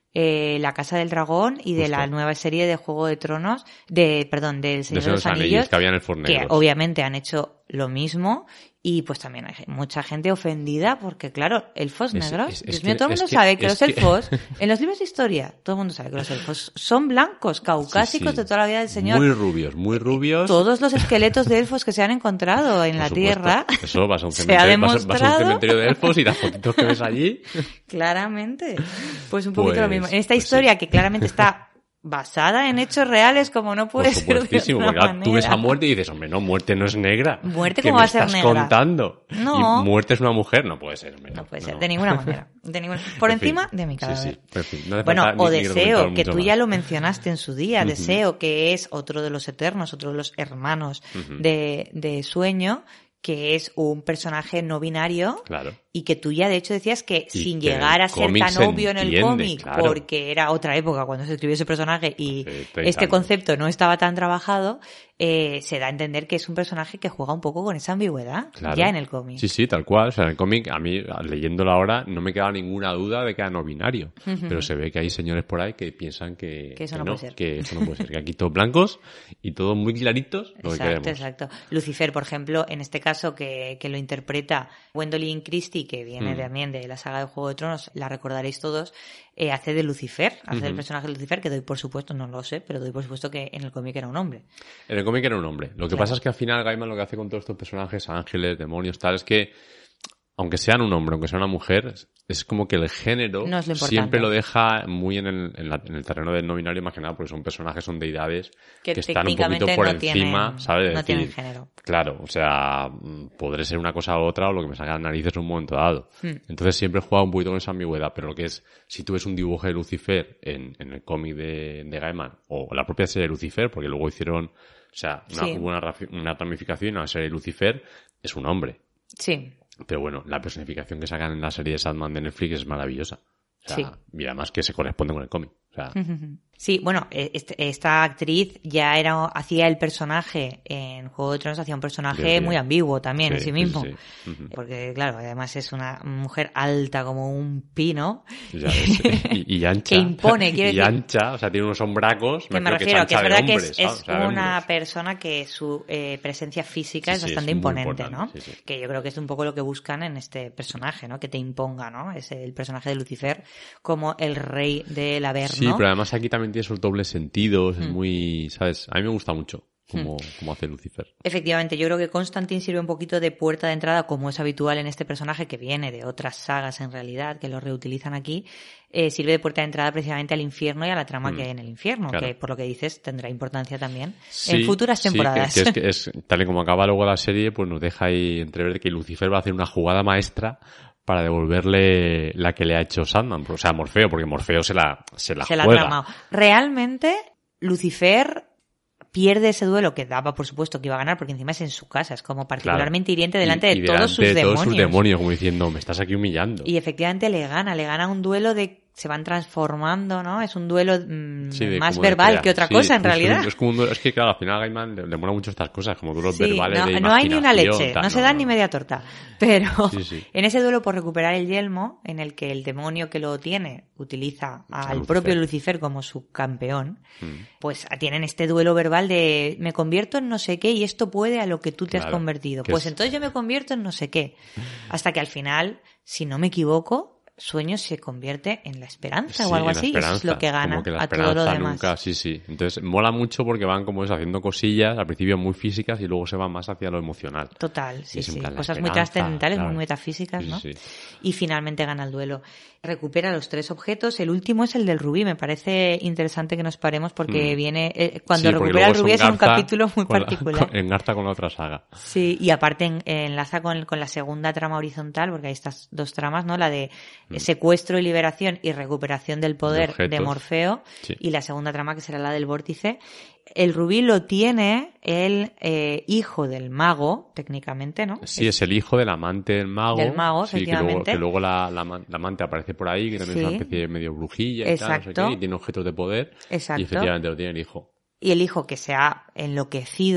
eh, La Casa del Dragón y de Justo. la nueva serie de Juego de Tronos, de perdón, del Señor de, de los Anillos, Anillos, que había en el Fortnite. que obviamente han hecho lo mismo. Y pues también hay mucha gente ofendida porque, claro, elfos Es- negros. es- es Dios que- mío, todo el es mundo que- sabe que es los que- elfos, en los libros de historia, todo el mundo sabe que los elfos son blancos, caucásicos Sí, sí. de toda la vida del Señor. Muy rubios, muy rubios. Todos los esqueletos de elfos que se han encontrado en Por la supuesto. Tierra, Eso vas a un se ha cementerio, vas, a- vas a un demostrado. cementerio de elfos y las fotitos que ves allí. claramente. Pues un poquito Pues- lo mismo. En esta pues historia sí. que claramente está basada en hechos reales, como no Por puede ser de supuestísimo, otra porque claro, tú ves a manera. muerte y dices, hombre, no, muerte no es negra. Muerte, ¿Qué ¿cómo me va a ser estás negra? contando? No. Y muerte es una mujer, no puede ser, hombre. No puede ser, de ninguna manera. De ninguna... Por En fin, encima de mi sí, cadáver. sí, en fin, no hace Bueno, falta o ni- ni Deseo, argumentar que mucho tú más. ya lo mencionaste en su día. Ujú. Deseo, que es otro de los eternos, otro de los hermanos Ujú. de, de Sueño, que es un personaje no binario. Claro. Y que tú ya de hecho decías que Y sin que llegar a el ser cómic tan se obvio en el entiende, cómic, claro. porque era otra época cuando se escribió ese personaje y Hace treinta este años. concepto no estaba tan trabajado, eh, se da a entender que es un personaje que juega un poco con esa ambigüedad Claro. ya en el cómic. Sí, sí, tal cual. O sea, en el cómic, a mí, leyéndolo ahora, no me queda ninguna duda de que era no binario. Pero se ve que hay señores por ahí que piensan que, Que eso no puede ser. que eso no puede ser. Que aquí todos blancos y todos muy claritos lo que Exacto, queremos. exacto. Lucifer, por ejemplo, en este caso que, que lo interpreta Gwendolyn Christie, que viene Mm. también de la saga de Juego de Tronos, la recordaréis todos, eh, hace de Lucifer, hace del Ujú. personaje de Lucifer, que doy por supuesto, no lo sé, pero doy por supuesto que en el cómic era un hombre. En el cómic era un hombre. Lo que Claro. pasa es que al final Gaiman lo que hace con todos estos personajes, ángeles, demonios, tal, es que aunque sean un hombre, aunque sea una mujer, es como que el género No es lo importante. siempre lo deja muy en el, en, la- en el terreno del no binario, más que nada, porque son personajes, son deidades Que que, están un poquito técnicamente por no encima, tienen- ¿sabes? no Es tienen decir, género. Claro, o sea, mm, podré ser una cosa u otra o lo que me salga de las narices en un momento dado. Hmm. Entonces siempre he jugado un poquito con esa ambigüedad, pero lo que es, si tú ves un dibujo de Lucifer en, en el cómic de, de Gaiman, o la propia serie de Lucifer, porque luego hicieron, o sea, una, Sí. hubo una, rafi- una ramificación en la serie de Lucifer, es un hombre. Sí, Pero bueno, la personificación que sacan en la serie de Sandman de Netflix es maravillosa. O sea, Sí. y además que se corresponde con el cómic. O sea, sí, bueno, eh, este- esta actriz ya era hacía el personaje en Juego de Tronos, hacía un personaje Bien, bien. muy ambiguo también en Sí, sí sí, mismo. sí. Ujú. Porque, claro, además es una mujer alta como un pino. ya ves, y, y ancha. Que impone, quiero y decir- ancha, o sea, tiene unos hombracos. Que me creo refiero, que es ancha de verdad que hombres, es, ¿sabes? es O sea, de una hombres. persona que su eh, presencia física Sí, es sí, bastante es muy imponente, importante, ¿no? sí, sí. Que yo creo que es un poco lo que buscan en este personaje, ¿no? Que te imponga, ¿no? Es el personaje de Lucifer como el rey del Averno. Sí, pero además aquí también tiene esos dobles sentidos, Mm. es muy, ¿sabes? A mí me gusta mucho cómo, cómo hace Lucifer. Efectivamente, yo creo que Constantine sirve un poquito de puerta de entrada, como es habitual en este personaje que viene de otras sagas en realidad, que lo reutilizan aquí, eh, sirve de puerta de entrada precisamente al infierno y a la trama Mm, que hay en el infierno, claro. que por lo que dices tendrá importancia también Sí, en futuras sí, que- temporadas. que, es, que es, tal y como acaba luego la serie, pues nos deja ahí entrever que Lucifer va a hacer una jugada maestra para devolverle la que le ha hecho Sandman, o sea, Morfeo, porque Morfeo se la, se la Se la ha juega. tramado. Realmente, Lucifer pierde ese duelo que daba, por supuesto, que iba a ganar, porque encima es en su casa, es como particularmente hiriente delante Y- de y todos delante sus de demonios. todos sus demonios, como diciendo, me estás aquí humillando. Y efectivamente le gana, le gana un duelo de se van transformando, ¿no? Es un duelo mm, Sí, de más como de verbal crea- que otra sí, cosa, en es un- realidad. Es, como un duelo- es que, claro, al final a Gaiman le, le mola mucho estas cosas, como duelos Sí, verbales no, de no hay ni una imaginación, leche, tal, no se da ni media torta. Pero Sí, sí. en ese duelo por recuperar el yelmo, en el que el demonio que lo tiene utiliza al Lucifer. propio Lucifer como su campeón, Mm. pues tienen este duelo verbal de me convierto en no sé qué y esto puede a lo que tú te has Claro, convertido. que Pues es- entonces yo me convierto en no sé qué. Hasta que al final, si no me equivoco, Sueño se convierte en la esperanza Sí, o algo en la así. Eso es esperanza, lo que gana como que la a todo lo esperanza demás. nunca, sí, sí. Entonces mola mucho porque van como eso, haciendo cosillas, al principio muy físicas y luego se van más hacia lo emocional. Total, sí, es en sí. plan la Cosas muy esperanza, trascendentales, claro. muy metafísicas, Sí, ¿no? sí, sí. Y finalmente gana el duelo. Recupera los tres objetos. El último es el del rubí. Me parece interesante que nos paremos porque Mm. viene eh, cuando Sí, porque recupera el luego rubí es eso un engarza capítulo muy con la- particular. con- engarza con la otra saga. Sí, y aparte en- enlaza con, con la segunda trama horizontal, porque hay estas dos tramas, ¿no? La de eh, secuestro y liberación y recuperación del poder De de, objetos. Morfeo, Sí. y la segunda trama que será la del vórtice. El rubí lo tiene el eh, hijo del mago, técnicamente, ¿no? Sí, es el hijo del amante del mago. Del mago, sí, que luego, efectivamente. que luego la, la, aman- la amante aparece por ahí, que también es Sí. una especie de medio brujilla y tal, no sé Exacto. qué, y tiene objetos de poder. Exacto. Y efectivamente lo tiene el hijo. Y el hijo que se ha enloquecido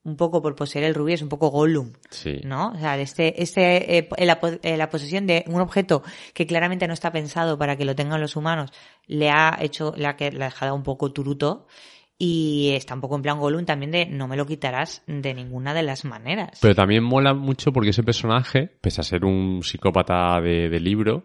un poco por poseer el rubí, es un poco Gollum, Sí. ¿no? O sea, este, este, eh, la, la posesión de un objeto que claramente no está pensado para que lo tengan los humanos, le ha hecho, le ha, le ha dejado un poco turuto, y está un poco en plan Gollum también de no me lo quitarás de ninguna de las maneras. Pero también mola mucho porque ese personaje, pese a ser un psicópata de, de libro,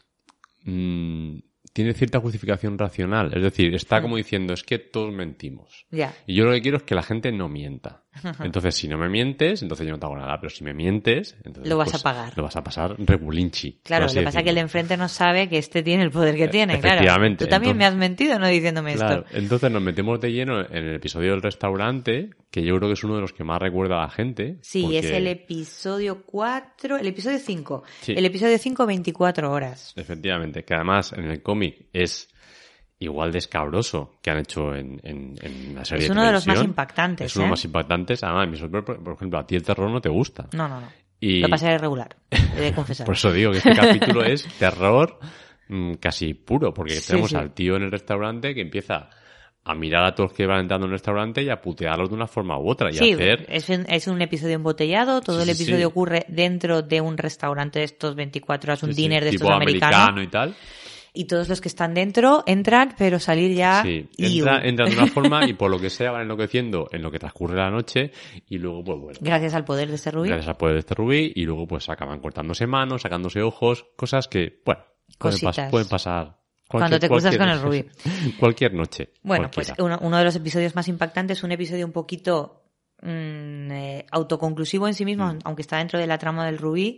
mmm, tiene cierta justificación racional. Es decir, está como diciendo, es que todos mentimos. Ya. Y yo lo que quiero es que la gente no mienta. Entonces, si no me mientes, entonces yo no te hago nada. Pero si me mientes, entonces Lo vas pues, a pagar. Lo vas a pasar regulinchi. Claro, lo que pasa es que el de enfrente no sabe que este tiene el poder que tiene. Efectivamente. Claro. Tú también Entonces, me has mentido no diciéndome claro, esto. entonces nos metemos de lleno en el episodio del restaurante, que yo creo que es uno de los que más recuerda a la gente. Sí, porque... es el episodio cuatro, el episodio cinco. Sí. El episodio cinco, veinticuatro horas. Efectivamente, que además en el cómic es igual de escabroso que han hecho en, en, en la serie Es de uno de los televisión. más impactantes, Es uno de ¿eh? los más impactantes. Además, mi sorpresa, por ejemplo, a ti el terror no te gusta. No, no, no. Y... Lo pasé regular, he de confesar. Por eso digo que este capítulo es terror mmm, casi puro, porque Sí, tenemos sí. al tío en el restaurante que empieza a mirar a todos los que van entrando en el restaurante y a putearlos de una forma u otra. Y Sí, hacer... es un, es un episodio embotellado, todo Sí, el sí, episodio sí. ocurre dentro de un restaurante de estos veinticuatro horas, un sí, sí, dinner de tipo estos americanos. americano y tal. Y todos los que están dentro entran, pero salir ya... Sí, iu. entra, entran de una forma y por lo que sea van enloqueciendo en lo que transcurre la noche y luego, pues bueno, Gracias al poder de este rubí. gracias al poder de este rubí y luego pues acaban cortándose manos, sacándose ojos, cosas que, bueno, pueden, pas- Cositas. pueden pasar. Cuando te cruzas con el rubí. Cualquier noche. Bueno, cualquiera. pues uno, uno de los episodios más impactantes, un episodio un poquito mmm, eh, autoconclusivo en sí mismo, Mm. aunque está dentro de la trama del rubí,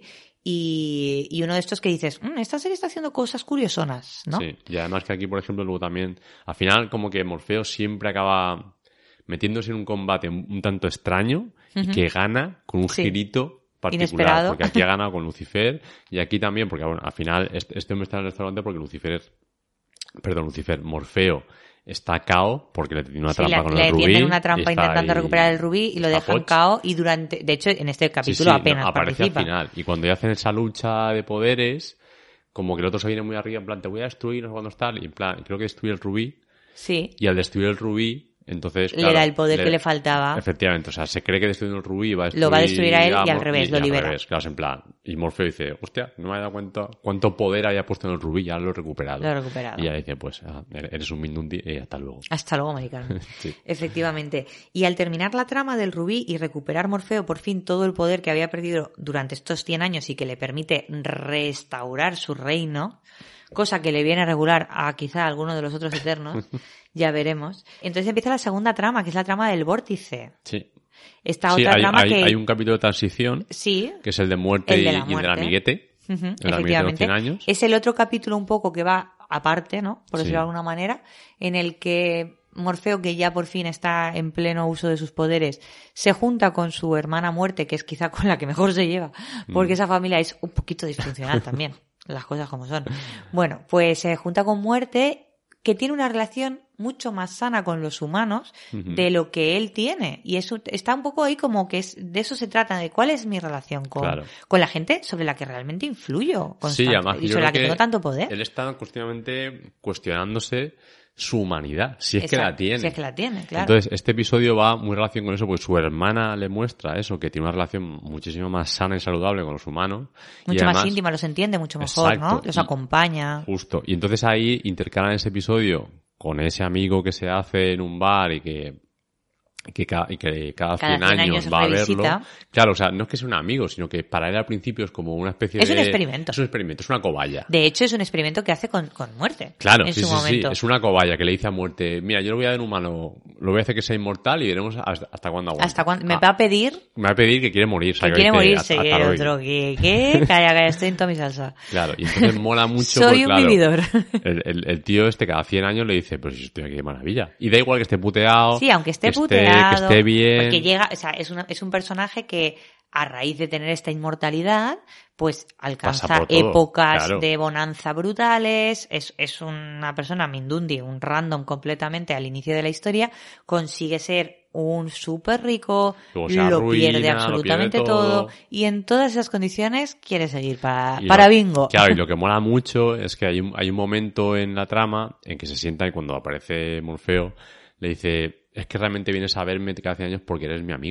y, y uno de estos que dices, mmm, esta serie está haciendo cosas curiosonas, ¿no? Sí, y además que aquí, por ejemplo, luego también, al final como que Morfeo siempre acaba metiéndose en un combate un, un tanto extraño y Ujú. que gana con un Sí. girito particular, Inesperado. porque aquí ha ganado con Lucifer y aquí también, porque bueno, al final este, este hombre está en el restaurante porque Lucifer es, perdón, Lucifer, Morfeo está cao porque le tiene una Sí, trampa le, con le el rubí. tienden una y trampa está intentando ahí- recuperar el rubí y lo está dejan poch. cao y durante, de hecho en este Sí, capítulo sí, apenas no, aparece participa. al final. Y cuando ya hacen esa lucha de poderes, como que el otro se viene muy arriba, en plan, te voy a destruir, no sé cuándo está, y en plan, creo que destruye el rubí, Sí, y al destruir el rubí, entonces, le claro, da el poder que le faltaba. Efectivamente, o sea, se cree que destruyendo el rubí va a destruir... Lo va a destruir a él y Mor- al revés, lo al libera. revés, claro, es en plan, y Morfeo dice, hostia, no me había dado cuenta cuánto poder había puesto en el rubí, ya lo he recuperado. Lo he recuperado. Y ya dice, pues, ah, eres un Mindundi y hasta luego. Hasta luego, americano. Sí. Efectivamente. Y al terminar la trama del rubí y recuperar Morfeo por fin todo el poder que había perdido durante estos cien años y que le permite restaurar su reino, cosa que le viene regular a quizá alguno de los otros eternos, ya veremos. Entonces empieza la segunda trama, que es la trama del vórtice. Sí. Esta Sí, otra hay, trama hay- que... hay un capítulo de transición, Sí, que es el de muerte El y, de la y del muerte. amiguete. ujú, El amiguete de los efectivamente. cien años. Es el otro capítulo un poco que va aparte, ¿no? Por Sí. decirlo de alguna manera, en el que Morfeo, que ya por fin está en pleno uso de sus poderes, se junta con su hermana muerte, que es quizá con la que mejor se lleva, porque Mm. esa familia es un poquito disfuncional también, las cosas como son. Bueno, pues se junta con muerte, que tiene una relación mucho más sana con los humanos Ujú. de lo que él tiene. Y eso está un poco ahí como que es, de eso se trata, de cuál es mi relación con, Claro. con la gente sobre la que realmente influyo Sí, constante, además y yo sobre creo la que, que tengo tanto poder. él está continuamente cuestionándose su humanidad, si es que Exacto, la tiene. Si es que la tiene, claro. Entonces, este episodio va muy en relación con eso, porque su hermana le muestra eso, que tiene una relación muchísimo más sana y saludable con los humanos. y mucho más además- íntima, los entiende mucho mejor, Exacto, ¿no? Los y- acompaña. Justo. Y entonces ahí intercalan ese episodio con ese amigo que se hace en un bar y que, que, ca- y que cada, Cada cien cien años años va a revisita. verlo. Claro, o sea, no es que sea un amigo, sino que para él al principio es como una especie Es de... un experimento. Es un experimento, es una cobaya. De hecho, es un experimento que hace con, con muerte. Claro, en sí, su sí, sí, momento. es una cobaya que le dice a muerte, mira, yo lo voy a dar un humano, lo voy a hacer que sea inmortal y veremos hasta, hasta cuándo aguanta. Hasta cuando me Ah, va a pedir me va a pedir que quiere morir. que ¿sabes? quiere Dice, morirse hasta- y hasta el hoy. otro que, ¿qué? Calla, calla, estoy en toda mi salsa. Claro, y entonces mola mucho Soy porque, un claro, vividor. El, el, el tío este cada cien años le dice, pues yo estoy aquí de maravilla. Y da igual que esté puteado. Sí, aunque esté que puteado. que esté bien. Porque llega, o sea, es, una, es un personaje que a raíz de tener esta inmortalidad, pues alcanza Pasa por todo, épocas claro. de bonanza brutales, es, es una persona mindundi, un random completamente al inicio de la historia, consigue ser un súper rico, Luego se lo arruina, pierde lo absolutamente pierde todo. todo. y en todas esas condiciones quiere seguir para, Y para lo- bingo. Claro, y lo que mola mucho es que hay un, hay un momento en la trama en que se sienta y cuando aparece Morfeo le dice, es que realmente vienes a verme cada cien años porque eres mi amigo.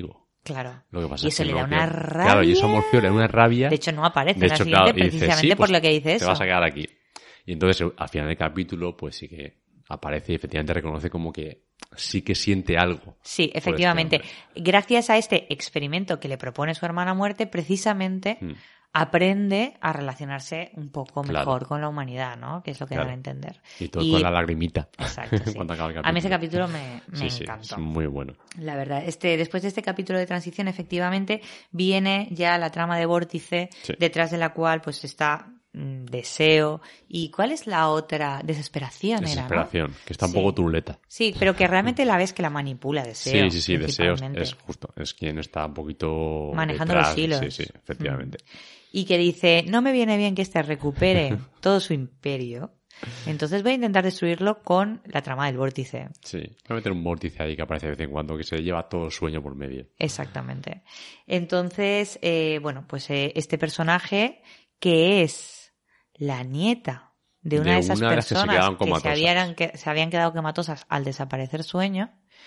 Claro. Lo que pasa y es eso que le no, da una que- rabia. Claro, y eso a Morfeo le da una rabia. De hecho, no aparece De en la hecho, siguiente claro, y dice, precisamente sí, por pues, lo que dice te eso. vas a quedar aquí. Y entonces, al final del capítulo, pues sí que aparece y efectivamente reconoce como que sí que siente algo. Sí, por efectivamente. este hombre. Gracias a este experimento que le propone su hermana muerte, precisamente Mm. aprende a relacionarse un poco Claro. mejor con la humanidad, ¿no? Que es lo que Claro. dan a entender. Y todo con la lagrimita. Exacto, sí. Cuando acaba el A mí ese capítulo. capítulo me, me Sí, sí, encantó. es muy bueno. La verdad, este, después de este capítulo de transición, efectivamente, viene ya la trama de Vórtice, Sí. detrás de la cual pues está mm, deseo. ¿Y cuál es la otra? Desesperación, Desesperación, era, ¿no? que está un Sí. poco turuleta. Sí, pero que realmente la ves que la manipula Deseo. Sí, sí, sí, Deseos principalmente. es justo, es quien está un poquito Manejando detrás. los hilos. Sí, sí, efectivamente. Y que dice, no me viene bien que éste recupere todo su imperio, entonces voy a intentar destruirlo con la trama del vórtice. Sí, voy a meter un vórtice ahí que aparece de vez en cuando, que se lleva todo el sueño por medio. Exactamente. Entonces, eh, bueno, pues eh, este personaje, que es la nieta de una De de, esas una de las que se personas quedaron que, se comatosas. habían, que se habían quedado comatosas al desaparecer sueño,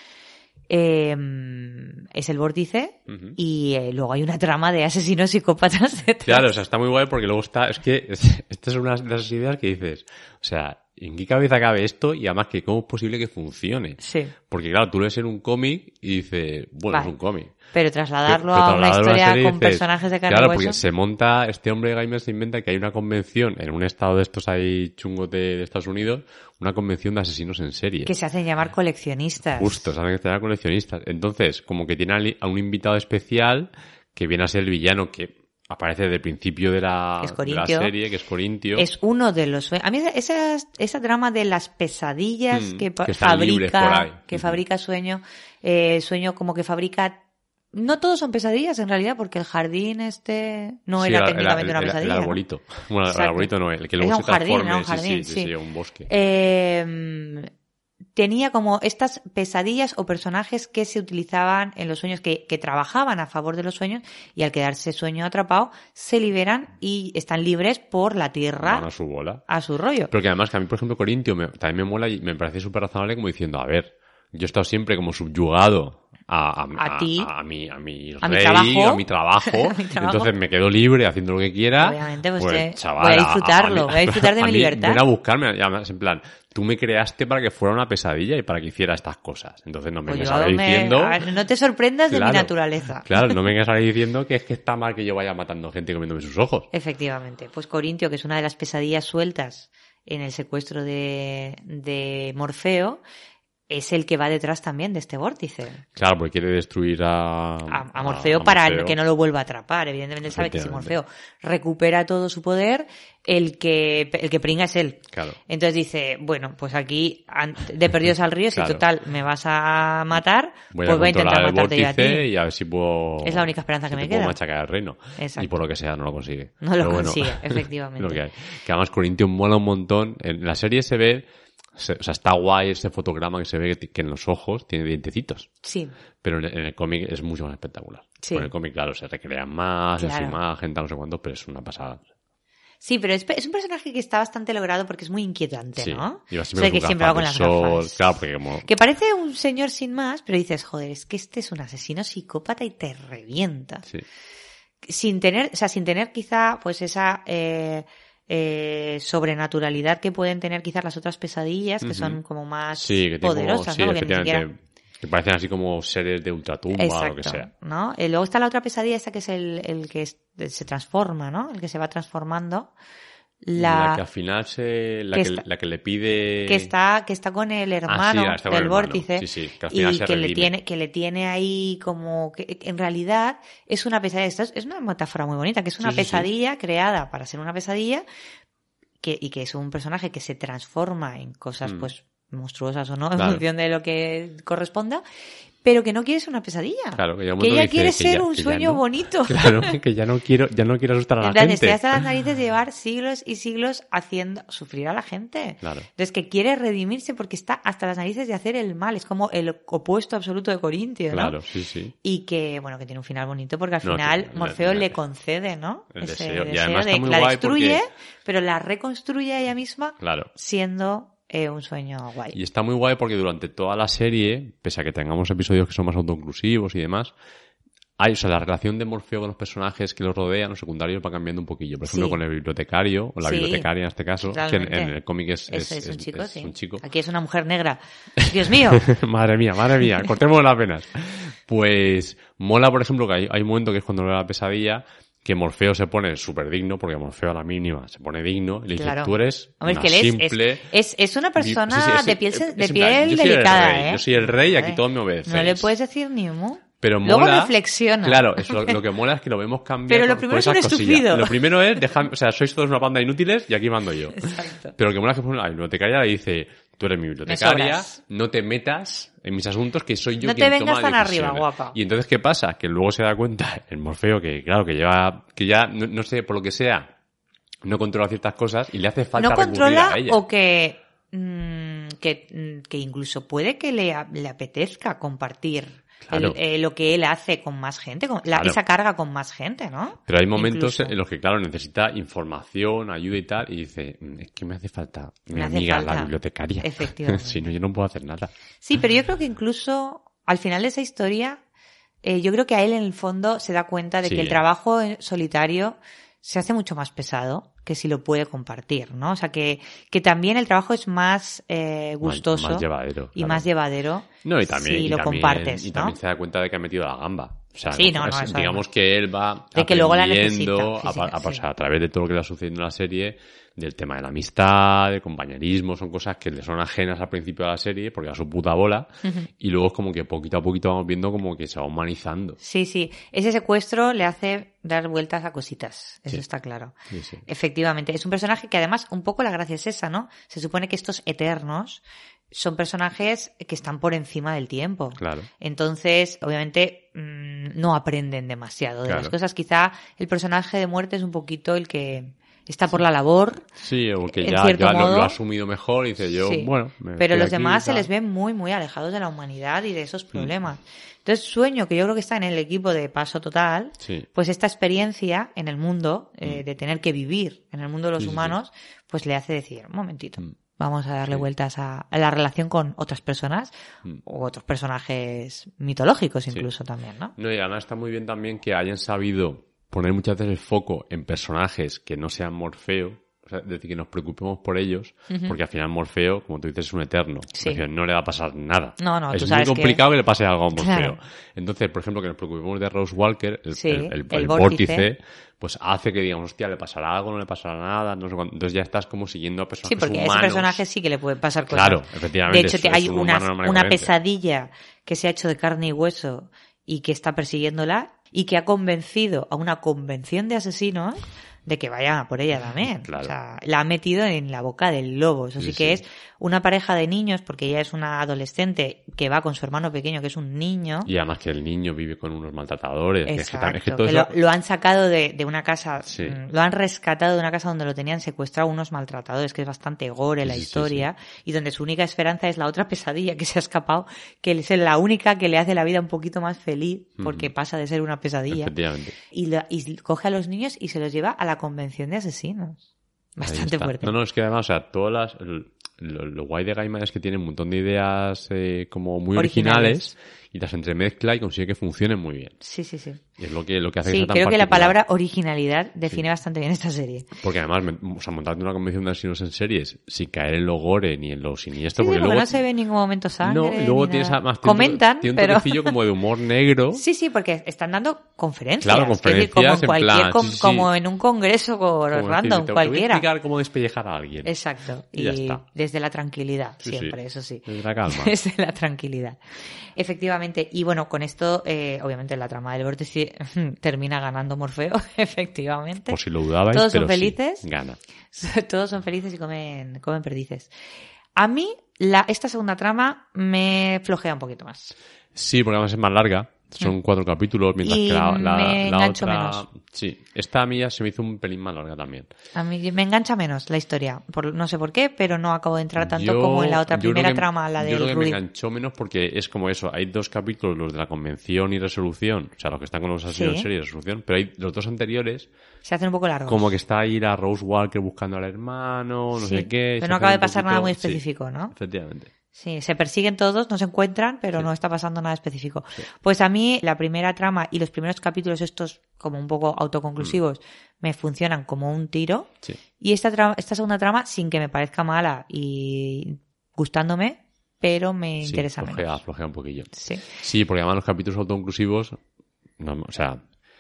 eh, es el vórtice. Ujú. Y eh, luego hay una trama de asesinos psicópatas detrás. Claro, o sea, está muy guay porque luego está... Es que es- esta es una de esas ideas que dices, o sea, ¿en qué cabeza cabe esto? Y además, que ¿cómo es posible que funcione? Sí. Porque claro, tú lees en un cómic y dices, bueno, Vale. es un cómic. Pero trasladarlo Pero- pero a una trasladarlo historia serie con dices, personajes de carne Claro, y porque hueso. se monta, este hombre Gaiman se inventa que hay una convención en un estado de estos ahí chungos de, de Estados Unidos, una convención de asesinos en serie. Que se hacen llamar coleccionistas. Justo, saben que están coleccionistas. Entonces, como que tiene al- a un invitado especial que viene a ser el villano que aparece desde el principio de la, Es de la Corintio. serie, que es Corintio. Es uno de los sueños. A mí esa, esa trama de las pesadillas Mm, que, pa- que están libres por ahí. fabrica, que Ujú. fabrica sueño, eh, sueño como que fabrica. No todos son pesadillas en realidad, porque el jardín este no Sí, era el- técnicamente el- una el- pesadilla. El ¿no? arbolito. Bueno, el Exacto. arbolito no, el que Era luego un se jardín, transforme. era un sí, jardín, sí, sí, sí. sí, un bosque. Eh, tenía como estas pesadillas o personajes que se utilizaban en los sueños, que, que trabajaban a favor de los sueños y al quedarse sueño atrapado se liberan y están libres por la tierra Van a su bola. a su rollo. Pero que además que a mí, por ejemplo, Corintio me- también me mola y me parece súper razonable como diciendo, a ver, yo he estado siempre como subyugado a, a, A ti. a, a mi, a mi A mi rey, trabajo. a mi trabajo, A mi trabajo. entonces me quedo libre haciendo lo que quiera. Obviamente, pues, pues que chaval, voy a disfrutarlo, mí- voy a disfrutar de mi mí libertad. Ven a buscarme, y además, en plan, tú me creaste para que fuera una pesadilla y para que hiciera estas cosas. Entonces no me Pues vengas yo ahora me- diciendo... a ver, no te sorprendas de mi Claro, naturaleza. Claro, no me vengas ahora diciendo que es que está mal que yo vaya matando gente y comiéndome sus ojos. Efectivamente. Pues Corintio, que es una de las pesadillas sueltas en el secuestro de, de Morfeo, es el que va detrás también de este vórtice. Claro, porque quiere destruir a... A, a Morfeo para que no lo vuelva a atrapar. Evidentemente él sabe que si Efectivamente. Morfeo recupera todo su poder, el que, el que pringa es él. Claro. Entonces dice, bueno, pues aquí an- de perdidos al río, si Claro. total me vas a matar, Voy pues a voy a intentar controlar el matarte yo a vórtice ti. y a ver si puedo... Es la única esperanza que si me te puedo queda. machacar el reino. Exacto. Y por lo que sea no lo consigue. No lo Pero bueno, consigue, efectivamente. lo que hay. Que además Corinthians mola un montón. En la serie se ve... se- o sea, está guay ese fotograma que se ve que, que en los ojos tiene dientecitos. Sí, Pero en el, en el cómic es mucho más espectacular. Sí. Con el cómic, claro, se recrean más en su Claro. imagen, tal, no sé cuánto, pero es una pasada. sí, pero es, es un personaje que está bastante logrado porque es muy inquietante, Sí. ¿no? Y va O siempre sea, que con sus siempre va con gafas las de sol. gafas. Claro, porque como... Que parece un señor sin más, pero dices, joder, es que este es un asesino psicópata y te revienta. Sí. Sin tener, o sea, sin tener quizá, pues esa eh, eh, sobrenaturalidad que pueden tener quizás las otras pesadillas, que Ujú. son como más Sí, que tiene como- poderosas, sí, ¿no? Porque ni efectivamente. siquiera... Que parecen así como seres de ultratumba o lo que Exacto, sea. ¿no? Y luego está la otra pesadilla, esta que es el, el que es- se transforma, ¿no? El que se va transformando. La, La, que al final se... La que que, está- la que le pide... que está que está con el hermano Ah, sí, está con del el hermano. vórtice Sí, sí, que al final y se que le redime. tiene que le tiene ahí como que en realidad es una pesadilla. Esto es, es una metáfora muy bonita, que es una Sí, sí, sí. pesadilla creada para ser una pesadilla que y que es un personaje que se transforma en cosas Mm. pues monstruosas o no en Claro. función de lo que corresponda, pero que no quiere ser una pesadilla. Claro, que llega un que momento ella que dice quiere que ser ya- un que ya sueño no. bonito. Claro, que ya no quiero, ya no quiero asustar a la En plan, gente. estoy hasta las narices de llevar siglos y siglos haciendo sufrir a la gente. Claro. Entonces, que quiere redimirse porque está hasta las narices de hacer el mal. Es como el opuesto absoluto de Corintio, ¿no? Claro, sí, sí. Y que, bueno, que tiene un final bonito porque al No, final sí, Morfeo le- le le- concede, ¿no? el Ese deseo. Y deseo además de está muy la guay destruye, porque- pero la reconstruye ella misma Claro. siendo eh, un sueño guay. Y está muy guay porque durante toda la serie, pese a que tengamos episodios que son más autoinclusivos y demás, hay, o sea, la relación de Morfeo con los personajes que los rodean, los secundarios, va cambiando un poquillo. Por ejemplo, Sí. con el bibliotecario, o la Sí, bibliotecaria en este caso, que en, totalmente. en el cómic es, es, Ese es, un chico, es sí. un chico. Aquí es una mujer negra. Dios mío. Madre mía, madre mía, cortemos las venas. Pues mola, por ejemplo, que hay, hay un momento que es cuando ve la pesadilla, que Morfeo se pone súper digno, porque Morfeo a la mínima se pone digno, y le dice, Claro. tú eres Hombre, es una que él es, simple... es, es, es una persona Sí, sí, es- de piel, es- se- de es en plan, piel yo soy el delicada, rey, ¿eh? yo soy el rey y aquí Joder. todos me obedecéis. No le puedes decir ni mu. Pero Luego mola, reflexiona. Claro, es lo, lo que mola es que lo vemos cambiar Pero lo por- primero por es un esas cosillas. estúpido. Lo primero es, dejar, o sea, sois todos una banda de inútiles y aquí mando yo. Exacto. Pero lo que mola es que por ejemplo, la bibliotecaria le dice, tú eres mi bibliotecaria, sobras. no te metas en mis asuntos, que soy yo No te quien vengas toma tan arriba, decisiones". guapa. Y entonces, ¿qué pasa? Que luego se da cuenta el Morfeo que, claro, que lleva, que ya, no, no sé, por lo que sea, no controla ciertas cosas y le hace falta No recurrir controla a ella. o que, mm, que, mm, que incluso puede que le, a- le apetezca compartir Claro. el- eh, lo que él hace con más gente, con la- Claro. esa carga con más gente, ¿no? Pero hay momentos Incluso. en los que, claro, necesita información, ayuda y tal, y dice, "Mm, es que me hace falta mi Me hace amiga, falta". la bibliotecaria. Efectivamente. Si no, yo no puedo hacer nada. Sí, pero yo creo que incluso al final de esa historia, eh, yo creo que a él en el fondo se da cuenta de Sí. que el trabajo en solitario se hace mucho más pesado que si lo puede compartir, ¿no? O sea, que, que también el trabajo es más eh, gustoso Más, más llevadero. y claro. más llevadero No, y también, si y lo también- compartes, y ¿no? también se da cuenta de que ha metido la gamba. O sea, Sí, no, no, es- eso digamos además. que él va De que luego la aprendiendo necesita, a, pa- física, a- o sí. sea, a través de todo lo que le va sucediendo en la serie, del tema de la amistad, del compañerismo, son cosas que le son ajenas al principio de la serie, porque a su puta bola, y luego es como que poquito a poquito vamos viendo como que se va humanizando. Sí, sí. Ese secuestro le hace dar vueltas a cositas. Eso Sí. está claro. Sí, sí. Efectivamente. Es un personaje que además, un poco la gracia es esa, ¿no? Se supone que estos eternos son personajes que están por encima del tiempo. Claro. Entonces, obviamente, mmm, no aprenden demasiado de Claro. las cosas. Quizá el personaje de muerte es un poquito el que está por la labor. Sí, o que En ya, cierto ya lo, modo. lo ha asumido mejor y dice yo, Sí. bueno... me Pero estoy los aquí, demás se tal. les ve muy, muy alejados de la humanidad y de esos problemas. Entonces, Sueño, que yo creo que está en el equipo de Paso Total, Sí. pues esta experiencia en el mundo, eh, de tener que vivir en el mundo de los Sí, sí, humanos, pues le hace decir, un momentito, Mm. vamos a darle Sí. vueltas a, a la relación con otras personas Mm. o otros personajes mitológicos incluso también, ¿no? No, y además está muy bien también que hayan sabido poner muchas veces el foco en personajes que no sean Morfeo, o sea, es decir, que nos preocupemos por ellos, porque al final Morfeo, como tú dices, es un eterno. Sí. Es decir, no le va a pasar nada. No, no, es tú muy sabes que- complicado que... le pase algo a Morfeo. Claro. Entonces, por ejemplo, que nos preocupemos de Rose Walker, el, Sí, el, el- el el vórtice. vórtice, pues hace que digamos, hostia, le pasará algo, no le pasará nada, no sé cuánto. Entonces ya estás como siguiendo a Sí, personajes porque a ese humanos. personaje sí que le puede pasar cosas. Claro, efectivamente, De hecho, es- te- es hay un una, humano normal y una corriente. pesadilla que se ha hecho de carne y hueso y que está persiguiéndola y que ha convencido a una convención de asesinos de que vayan a por ella también. Claro. O sea, la ha metido en la boca del lobo. Eso sí, Sí, que sí. es una pareja de niños, porque ella es una adolescente que va con su hermano pequeño, que es un niño. Y además que el niño vive con unos maltratadores. que es que, tam- Exacto, es que todo que eso... lo, lo han sacado de, de una casa, Sí. mm, lo han rescatado de una casa donde lo tenían secuestrado unos maltratadores, que es bastante gore Sí, la sí, sí, historia, y donde su única esperanza es la otra pesadilla que se ha escapado, que es la única que le hace la vida un poquito más feliz, porque pasa de ser una pesadilla. Efectivamente. Y, la- y coge a los niños y se los lleva a la convención de asesinos. Ahí Bastante está. fuerte. No, no, es que además, o sea, todas las... el- Lo, lo guay de Gaiman es que tiene un montón de ideas eh, como muy Originales. originales, y las entremezcla y consigue que funcionen muy bien. Sí, sí, sí. Y es lo que, lo que hace que Sí, sea tan creo que la particular. palabra originalidad define bastante bien esta serie. Porque además, me- o sea, montarte una convención de asesinos en series sin caer en lo gore ni en lo siniestro, Sí, sí, porque porque luego... no se ve en ningún momento sangre. No, y luego ni tienes nada. además... tiene un toque- Comentan, tiene un pero... toquecillo como de humor negro. Sí, sí, porque están dando conferencias. Claro, Es decir, como conferencias en en cualquier, plan, com- sí, sí, sí. como en un congreso por como random, decir, te- Te voy a cualquiera. explicar cómo despellejar a alguien. Exacto. Y Y, ya está. desde la tranquilidad, Sí, siempre, sí. eso sí. Desde la calma. Desde la tranquilidad. Efectivamente. Y bueno, con esto, eh, obviamente la trama del vórtice termina ganando Morfeo, efectivamente. Por si lo dudabais, Todos son pero sí, felices. gana. Todos son felices y comen, comen perdices. A mí, la, esta segunda trama me flojea un poquito más. Sí, porque además es más larga. Son cuatro capítulos, mientras Y que la, la, me la engancho otra... menos. Sí, esta a mí ya se me hizo un pelín más larga también. A mí me engancha menos la historia. Por, no sé por qué, pero no acabo de entrar tanto Yo- como en la otra yo creo primera que- trama, la Yo de creo que Rudy. me enganchó menos porque es como eso. Hay dos capítulos, los de la convención y resolución. O sea, los que están con los asesinos Sí. en serie y resolución. Pero hay los dos anteriores, Se hacen un poco largos. como que está ahí la Rose Walker buscando al hermano, no Sí, sé qué. pero se no hace acaba de un pasar poquito- nada muy sí, específico, ¿no? efectivamente. Sí, se persiguen todos, no se encuentran, pero Sí. no está pasando nada específico. Sí. Pues a mí la primera trama y los primeros capítulos estos como un poco autoconclusivos me funcionan como un tiro. Sí. Y esta, trama, esta segunda trama, sin que me parezca mala y gustándome, pero me Sí, interesa flojea, menos. flojea un poquillo. Sí. Sí, porque además los capítulos autoconclusivos, no, o sea,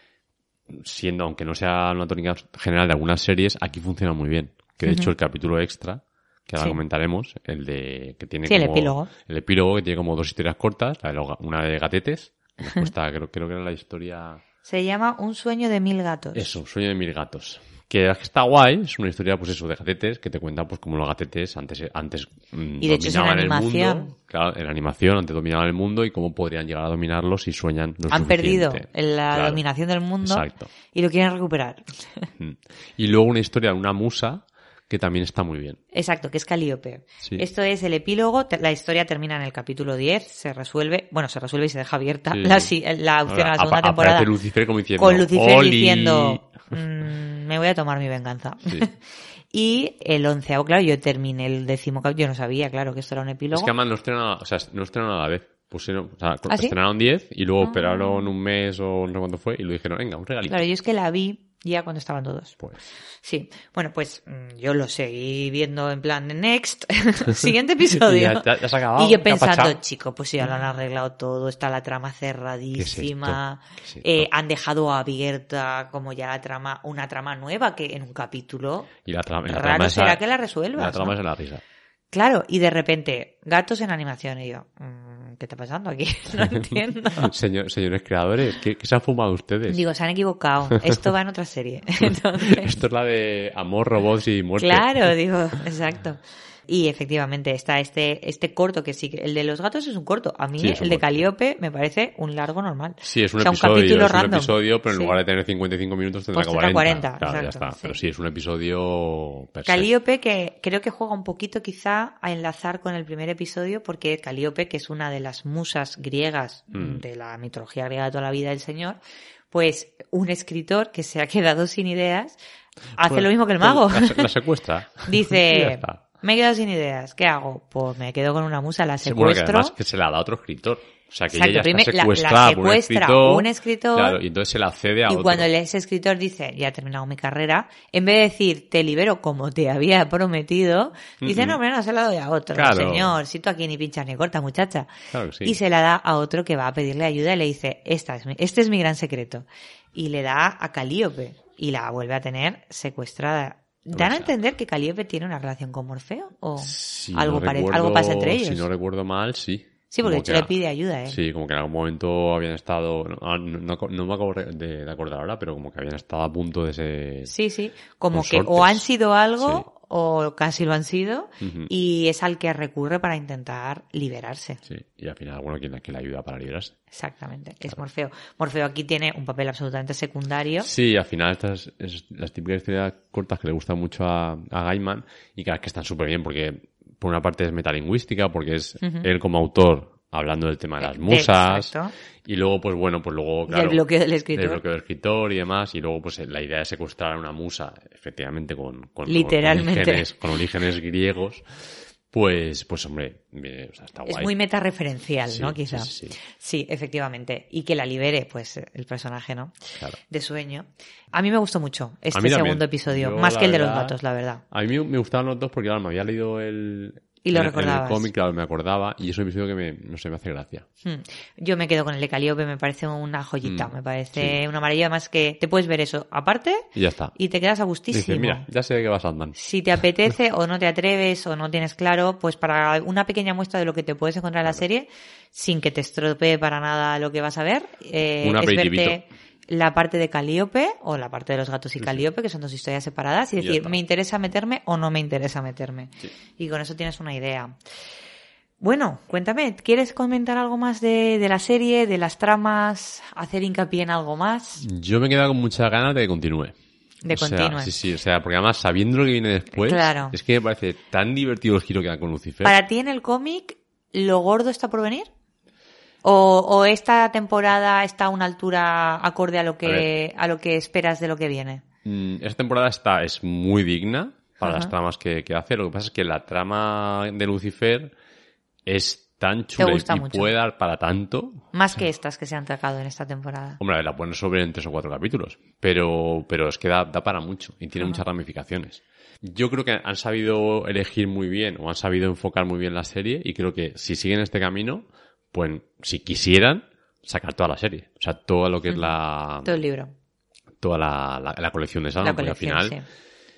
siendo, aunque no sea una tónica general de algunas series, aquí funciona muy bien. Que de Ujú. hecho el capítulo extra, que ahora Sí. comentaremos, el de que tiene Sí, el como epílogo. el epílogo que tiene como dos historias cortas, la de los ga- una de gatetes, que nos cuesta, creo, creo que era la historia Se llama Un sueño de mil gatos. eso, Sueño de mil gatos. Que es que está guay, es una historia pues eso de gatetes que te cuenta pues como los gatetes antes antes mm, Y de hecho es en dominaban el animación. mundo, claro, en animación antes dominaban el mundo y cómo podrían llegar a dominarlo si sueñan lo Han perdido suficiente. la Claro, dominación del mundo Exacto. y lo quieren recuperar. Mm. Y luego una historia de una musa que también está muy bien. Exacto, que es Calíope. Sí. Esto es el epílogo, te- la historia termina en el capítulo diez, se resuelve, bueno, se resuelve y se deja abierta Sí, la, sí. si- la opción Ahora, a la segunda apa- temporada. aparece Lucifer como diciendo, Con Lucifer "Oli". diciendo, "Mm, me voy a tomar mi venganza". Sí. Y el onceavo, claro, yo terminé el décimo capítulo, yo no sabía, claro, que esto era un epílogo. Es que además no estrenaron, o sea, no estrenaron a la vez. Pusieron, o sea, ¿Ah, sí? estrenaron diez y luego Ah. esperaron un mes o no sé cuánto fue y lo dijeron, venga, un regalito. Claro, yo es que la vi ya cuando estaban todos. Pues, Sí, bueno, pues mm, yo lo seguí viendo en plan de next, siguiente episodio. Ya- ya- ya se ha acabado, y yo ¿qué ha pensando, pasado? chico, pues ya lo han arreglado todo, está la trama cerradísima, ¿Qué es esto? ¿Qué es eh, esto? han dejado abierta como ya la trama, una trama nueva que en un capítulo, y la, trama, la raro trama será esa- que la resuelvas, La trama ¿no? es de la risa. Claro, y de repente, gatos en animación, y yo, mm, ¿qué está pasando aquí? No entiendo. Señor- señores creadores, ¿qué, qué se han fumado ustedes? Digo, se han equivocado, esto va en otra serie. Entonces, Esto es la de amor, robots y muerte. claro, digo, exacto. Y efectivamente está este este corto que sí, que el de los gatos es un corto. A mí Sí, es un el de corto. Calíope me parece un largo normal. Sí, es un O sea, un episodio, capítulo es un random. episodio, pero en Sí. lugar de tener cincuenta y cinco minutos tendrá Pues tendrá cuarenta. cuarenta, Claro, ya exacto, está. sí. Pero sí, es un episodio per se. Calíope que creo que juega un poquito quizá a enlazar con el primer episodio porque Calíope, que es una de las musas griegas Mm. de la mitología griega de toda la vida del señor, pues un escritor que se ha quedado sin ideas hace Pues- lo mismo que el pues mago. La, la secuestra. Y ya Dice, está. me he quedado sin ideas, ¿qué hago? Pues me quedo con una musa, la Sí, bueno, que secuestro. además que se la da a otro escritor. O sea, que Exacto, ella ya primer- está la- la secuestrada por un secuestra escritor. un escritor, Claro, y entonces se la cede a y otro. cuando el- ese escritor dice, ya he terminado mi carrera, en vez de decir, te libero como te había prometido, dice, Mm-mm. no, hombre, no, se la doy a otro, Claro. señor, si tú aquí ni pinchas ni cortas, muchacha. Claro que sí. Y se la da a otro que va a pedirle ayuda y le dice, Esta es mi- este es mi gran secreto. Y le da a Calíope y la vuelve a tener secuestrada. ¿Dan a sea, entender que Calíope tiene una relación con Morfeo? ¿O Si algo, no pare- recuerdo- algo pasa entre ellos? Si no recuerdo mal, sí. Sí, porque de Como hecho que- le pide ayuda, ¿eh? Sí, como que en algún momento habían estado, no, no, no- no me acabo de, de acordar ahora, pero como que habían estado a punto de ser... Sí, sí. Como que Consortes. o han sido algo Sí. o casi lo han sido Ujú. y es al que recurre para intentar liberarse. Sí, y al final, bueno, ¿quién, quién le ayuda para librarse? Exactamente, es Morfeo. Morfeo aquí tiene un papel absolutamente secundario. Sí, al final estas es las típicas historias cortas que le gustan mucho a, a Gaiman y que, que están súper bien porque por una parte es metalingüística, porque es Ujú. él como autor hablando del tema de las Eh, musas exacto. y luego pues bueno, pues luego claro, Del bloqueo del escritor. del bloqueo del escritor y demás y luego pues la idea de secuestrar a una musa efectivamente con, con, Literalmente. con orígenes, con orígenes griegos pues pues hombre eh, o sea, está Es guay. muy metareferencial, Sí, ¿no? sí, Quizá. sí, sí. Sí, efectivamente. Y que la libere, pues, el personaje, ¿no? Claro. De sueño. A mí me gustó mucho este A mí también. segundo episodio, Yo, más la que el de los verdad, gatos, la verdad. A mí me, me gustaban los dos porque claro, me había leído el Y lo en- en recordabas. el cómic, claro, me acordaba y es un episodio que me, no sé, me hace gracia. Hmm. Yo me quedo con el de Calíope, me parece una joyita, Mm, me parece sí. una maravilla, más que te puedes ver eso aparte Y ya está. y te quedas a gustísimo. Dices, mira, ya sé de qué va Sandman. Si te apetece o no te atreves o no tienes claro, pues para una pequeña muestra de lo que te puedes encontrar en la serie, sin que te estropee para nada lo que vas a ver, eh, Un es aperitivito. verte la parte de Calíope o la parte de los gatos y Calíope, que son dos historias separadas, y Y ya decir, está. ¿me interesa meterme o no me interesa meterme? Sí. Y con eso tienes una idea. Bueno, cuéntame, ¿quieres comentar algo más de, de la serie, de las tramas, hacer hincapié en algo más? Yo me he quedado con muchas ganas de que continúe. De O sea, continúe. sí, sí, o sea, porque además sabiendo lo que viene después, Claro. es que me parece tan divertido el giro que da con Lucifer. ¿Para ti en el cómic lo gordo está por venir? ¿O, o esta temporada está a una altura acorde a lo A que a, lo que esperas de lo que viene? Mm, Esta temporada está, es muy digna para Ajá. las tramas que, que hace. Lo que pasa es que la trama de Lucifer es tan chula y mucho. puede dar para tanto. Más que estas que se han sacado en esta temporada. Hombre, la pueden resolver en tres o cuatro capítulos, pero, pero es que da, da para mucho y tiene uh-huh. muchas ramificaciones. Yo creo que han sabido elegir muy bien o han sabido enfocar muy bien la serie y creo que si siguen este camino, pues si quisieran, sacar toda la serie. O sea, todo lo que uh-huh. es la... Todo el libro. Toda la, la, la colección de Sandman, porque al final... Sí.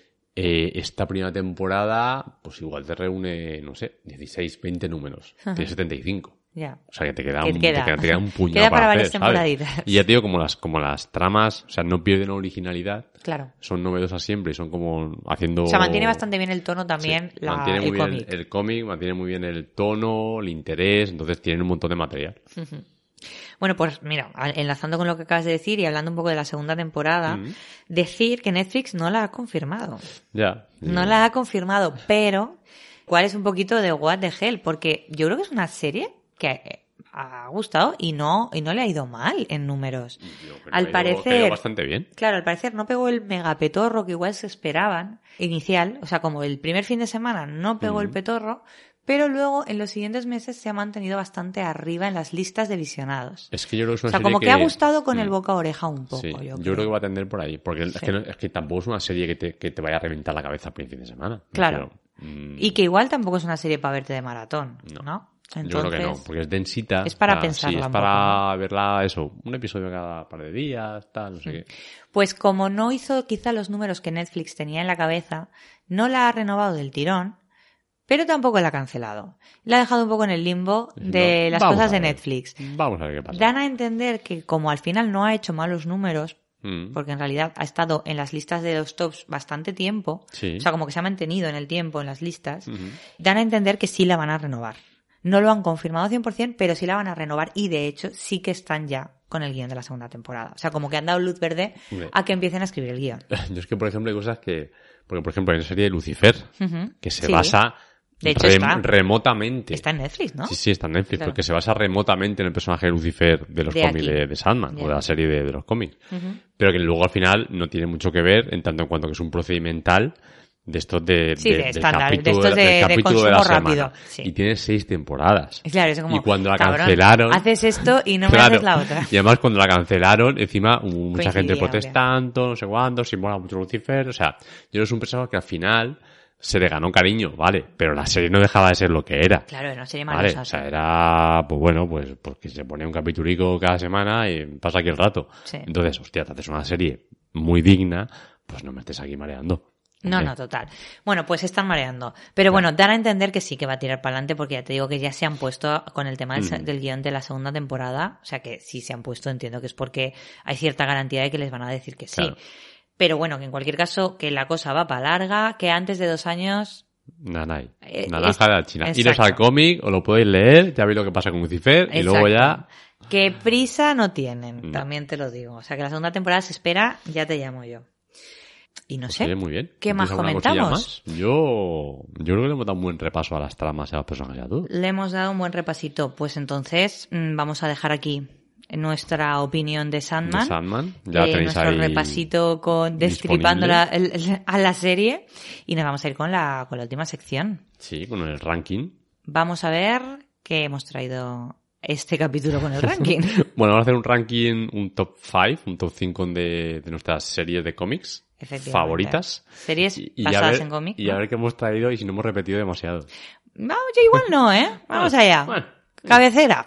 Eh, esta primera temporada, pues igual te reúne, no sé, dieciséis, veinte números. Uh-huh. Tiene setenta y cinco. Ya. Yeah. O sea, que te queda, ¿Qué un, queda? Te queda, te queda un puñado queda para, para varias hacer, temporaditas. ¿sabes? Y ya te digo, como las, como las tramas, o sea, no pierden originalidad. Claro. Son novedosas siempre y son como haciendo... O sea, mantiene bastante bien el tono también sí, la, mantiene muy el bien cómic. El, el cómic, mantiene muy bien el tono, el interés, entonces tienen un montón de material. Uh-huh. Bueno, pues mira, enlazando con lo que acabas de decir y hablando un poco de la segunda temporada, mm. decir que Netflix no la ha confirmado. Ya. Yeah. No la ha confirmado, pero ¿cuál es un poquito de what the hell? Porque yo creo que es una serie que ha gustado y no y no le ha ido mal en números. Yo, al ha parecer, ido, ha ido bastante bien. Claro, al parecer no pegó el megapetorro que igual se esperaban inicial, o sea, como el primer fin de semana no pegó mm. el petorro. Pero luego, en los siguientes meses, se ha mantenido bastante arriba en las listas de visionados. Es que yo creo que es una o sea, serie como que, que ha gustado con mm. el boca a oreja un poco, sí, yo creo. Yo creo que va a tender por ahí. Porque sí. es, que no, es que tampoco es una serie que te, que te vaya a reventar la cabeza al fin de semana. Claro. Pero, mm, y que igual tampoco es una serie para verte de maratón, ¿no? ¿no? Entonces, yo creo que no, porque es densita. Es para o sea, pensarla sí, es un para poco. verla, eso, un episodio cada par de días, tal, no sé mm. qué. Pues como no hizo quizá los números que Netflix tenía en la cabeza, no la ha renovado del tirón, pero tampoco la ha cancelado. La ha dejado un poco en el limbo de no, las cosas de Netflix. Vamos a ver qué pasa. Dan a entender que como al final no ha hecho malos números, mm. porque en realidad ha estado en las listas de los tops bastante tiempo, sí. o sea, como que se ha mantenido en el tiempo en las listas, mm-hmm. dan a entender que sí la van a renovar. No lo han confirmado cien por ciento, pero sí la van a renovar y de hecho sí que están ya con el guión de la segunda temporada. O sea, como que han dado luz verde Hombre. a que empiecen a escribir el guión. Yo es que, por ejemplo, hay cosas que... Porque, por ejemplo, hay una serie de Lucifer, uh-huh. que se sí. basa... De hecho, Rem- está. remotamente. Está en Netflix, ¿no? Sí, sí, está en Netflix, Claro. porque se basa remotamente en el personaje de Lucifer de los De cómics aquí. de, de Sandman, Yeah. o de la serie de, de los cómics. Uh-huh. Pero que luego al final no tiene mucho que ver, en tanto en cuanto que es un procedimental de estos de, Sí, de, de del estándar, capítulo de estos de- del de capítulo consumo la rápido, semana. sí. Y tiene seis temporadas. Y claro, es como, y cuando la cabrón, cancelaron... haces esto y no claro, me haces la otra. Y además cuando la cancelaron, encima hubo mucha gente Coincidía, protestando, no sé cuándo, si mola mucho Lucifer. O sea, yo creo que es un personaje que al final se le ganó cariño, vale, pero la serie no dejaba de ser lo que era. Claro, no sería Vale, maravillosa. o sea, era, pues bueno, pues porque se ponía un capitulico cada semana y pasa aquí el rato. Sí. Entonces, hostia, te haces una serie muy digna, pues no me estés aquí mareando. No, Hombre. no, total. Bueno, pues están mareando. Pero bueno, dan a entender que sí, que va a tirar para adelante porque ya te digo que ya se han puesto con el tema del, Mm. del guión de la segunda temporada. O sea que sí se han puesto, entiendo que es porque hay cierta garantía de que les van a decir que sí. Claro. Pero bueno, que en cualquier caso, que la cosa va para larga, que antes de dos años... Nanay. Eh, Naranja es- de la China. exacto. Iros al cómic, os lo podéis leer, ya veis lo que pasa con Lucifer, y luego ya... Exacto. Que prisa no tienen, No. también te lo digo. O sea que la segunda temporada se espera, ya te llamo yo. Y no Pues sé. oye, muy bien. ¿Qué más ¿Tienes alguna cosilla comentamos? más? Yo, yo creo que le hemos dado un buen repaso a las tramas y a los personajes y a todo. Le hemos dado un buen repasito. Pues entonces mm, vamos a dejar aquí nuestra opinión de Sandman. De Sandman. Ya eh, tenéis nuestro ahí repasito con destripando la, el- el- a la serie. Y nos vamos a ir con la, con la última sección. Sí, con el ranking. Vamos a ver qué hemos traído este capítulo con el ranking. Bueno, vamos a hacer un ranking, un top cinco, un top cinco de, de nuestras series de cómics Efectivamente. favoritas. Series Y, y a basadas ver, en cómics. y a ver qué hemos traído y si no hemos repetido demasiado. No, yo igual no, ¿eh? Vamos Bueno, allá. bueno. Cabecera.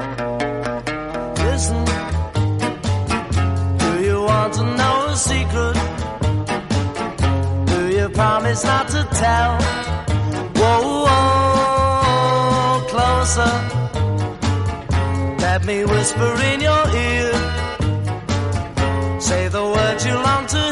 Listen, do you want to know a secret? Do you promise not to tell? Whoa, whoa, closer. Let me whisper in your ear. Say the words you long to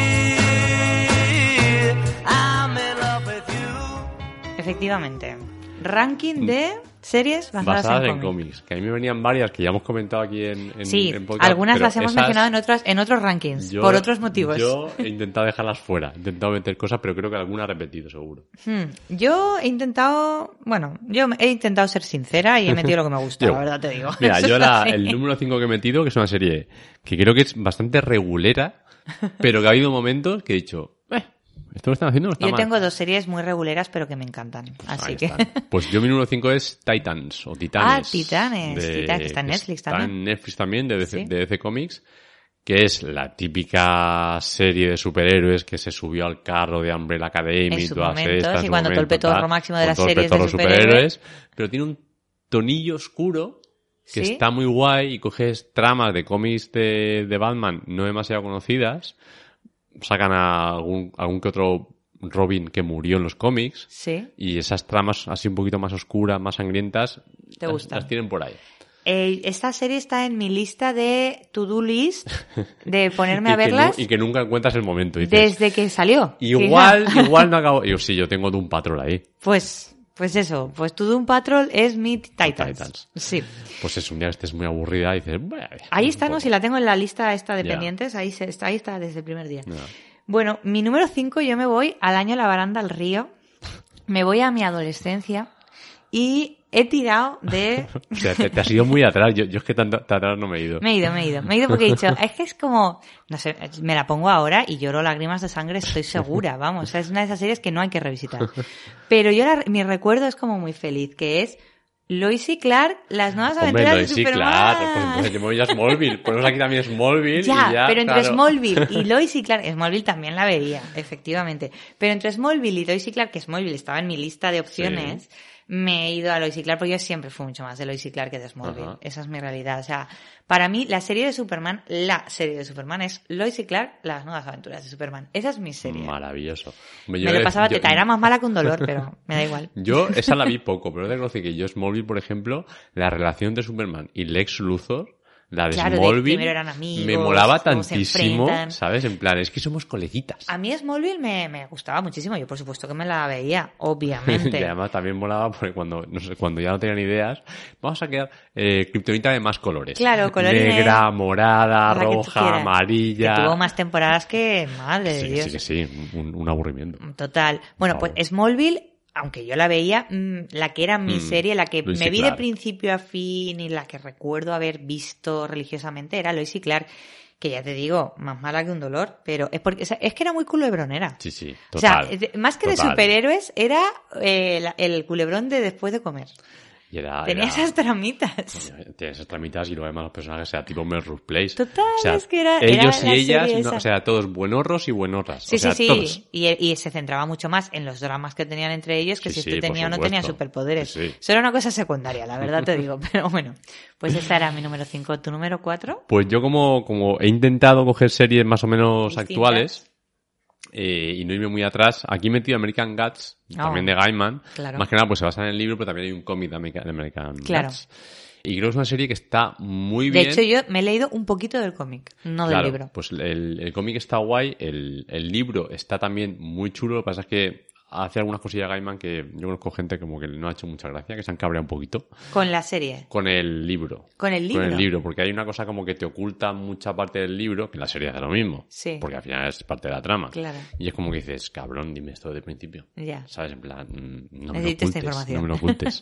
hear. I'm in love with you. Efectivamente. Ranking de series basadas, Basadas en, en cómics. cómics. Que a mí me venían varias que ya hemos comentado aquí en, en, Sí, en podcast. algunas pero las hemos esas mencionado en otros, en otros rankings, yo- por otros motivos. Yo he intentado dejarlas fuera. He intentado meter cosas, pero creo que alguna he repetido, seguro. Hmm, Yo he intentado, bueno, yo he intentado ser sincera y he metido lo que me gusta, Yo- la verdad te digo. Mira, Eso yo es la, así. el número cinco que he metido, que es una serie que creo que es bastante regulera, pero que ha habido momentos que he dicho, eh, Esto lo están haciendo, no está Yo mal. tengo dos series muy reguleras, pero que me encantan. Así Ahí que... están. Pues yo mi número cinco es Titans, o Titanes. Ah, Titanes, de- Titanes, que está en Netflix está también. en Netflix también, de D C, Sí. de D C Comics, que es la típica serie de superhéroes que se subió al carro de Umbrella Academy En y su todas momento, estas. sí, en cuando su todo el petorro tal, máximo de con las todo el series de petorro superhéroes. pero tiene un tonillo oscuro que ¿Sí? está muy guay y coges tramas de cómics de, de Batman no demasiado conocidas, sacan a algún, algún que otro Robin que murió en los cómics Sí. y esas tramas así un poquito más oscuras, más sangrientas, ¿Te las- gustan? las tienen por ahí. Eh, esta serie está en mi lista de to-do list de ponerme Y a que nu- verlas y que nunca encuentras el momento. Dices, desde que salió. igual, Quizá. igual no acabo. Yo sí, yo tengo Doom Patrol ahí. Pues, pues eso, pues To Doom Patrol es mi Titans. Titans. Sí. Pues es un día que estés muy aburrida y dices, bueno, Ahí un está, ¿no? poco. Si la tengo en la lista esta de Ya. pendientes, ahí, se, está, ahí está desde el primer día. Ya. Bueno, mi número cinco, yo me voy al año La Baranda al Río, me voy a mi adolescencia y he tirado de... O sea, te, te has ido muy atrás. Yo, yo es que tanto tan atrás no me he ido. Me he ido, me he ido. Me he ido porque he dicho, es que es como, no sé, me la pongo ahora y lloro lágrimas de sangre, estoy segura, vamos. O sea, es una de esas series que no hay que revisitar. Pero yo, la- mi recuerdo es como muy feliz, que es Lois y Clark, las nuevas Hombre, aventuras no, de sí, Superman. claro. Pues entonces yo me voy a Smallville. Ponemos aquí también Smallville Ya, y ya, pero entre claro. Smallville y Lois y Clark, Smallville también la vería, efectivamente. Pero entre Smallville y Lois y Clark, que Smallville estaba en mi lista de opciones, me he ido a Lois y Clark porque yo siempre fui mucho más de Lois y Clark que de Smallville. Ajá. Esa es mi realidad. O sea, para mí la serie de Superman, la serie de Superman es Lois y Clark, las nuevas aventuras de Superman. Esa es mi serie. Maravilloso. Me lo pasaba yo- teta, era más mala que un dolor, pero me da igual. Yo esa la vi poco, pero te conocí que yo Smallville, por ejemplo, la relación entre Superman y Lex Luthor, la de Claro, de Smallville, primero eran amigos, me molaba luego se tantísimo, enfrentan. ¿sabes? En plan, es que somos coleguitas. A mí Smallville me, me gustaba muchísimo. Yo, por supuesto, que me la veía, obviamente. Y además también molaba porque cuando, no sé, cuando ya no tenían ideas, vamos a crear eh, kriptonita de más colores. Claro, colorines. Negra, morada, La que tú roja, quieras. amarilla. Que tuvo más temporadas que, madre de Sí, Dios. sí, que sí, un, un aburrimiento. Total. Bueno, Por pues favor. Smallville, aunque yo la veía, mmm, la que era mi Mm, serie, la que Lois me y vi de Clark. principio a fin y la que recuerdo haber visto religiosamente era Lois y Clark, que ya te digo, más mala que un dolor, pero es porque o sea, es que era muy culebronera. Sí, sí, O sea, total. de- más que de total. superhéroes, era eh, la- el culebrón de después de comer. Y era, Tenía era- esas tramitas. Tiene esas tramitas y luego además los personajes, o sea, tipo Melrose Place. Total, o sea, es que era- ellos era la y ellas, serie no, esa. o sea, todos buenorros y buenorras. Sí, o sea, sí, todos. sí. Y, y se centraba mucho más en los dramas que tenían entre ellos que Sí, si sí, este por tenía o no tenía supuesto. superpoderes. Sí, sí. Eso era una cosa secundaria, la verdad te digo. Pero bueno, pues esta era mi número cinco. ¿Tu número cuatro? Pues yo como, como he intentado coger series más o menos Distintas. actuales eh, y no irme muy atrás, aquí he metido American Gods, Oh, también de Gaiman. claro. Más que nada pues se basa en el libro, pero también hay un cómic de American, de American Claro. Gods. Y creo que es una serie que está muy De bien. hecho, yo me he leído un poquito del cómic, no del Claro, libro. pues el, el cómic está guay, el, el libro está también muy chulo, lo que pasa es que hace algunas cosillas Gaiman que yo conozco gente como que no ha hecho mucha gracia, que se han cabreado un poquito Con la serie. con el libro. Con el libro. Con el libro, porque hay una cosa como que te oculta mucha parte del libro, que en la serie hace lo mismo. Sí. Porque al final es parte de la trama. Claro. Y es como que dices, cabrón, dime esto desde el principio. Ya. ¿Sabes? En plan, mm, no me lo Necesito esta ocultes, información. no me lo ocultes.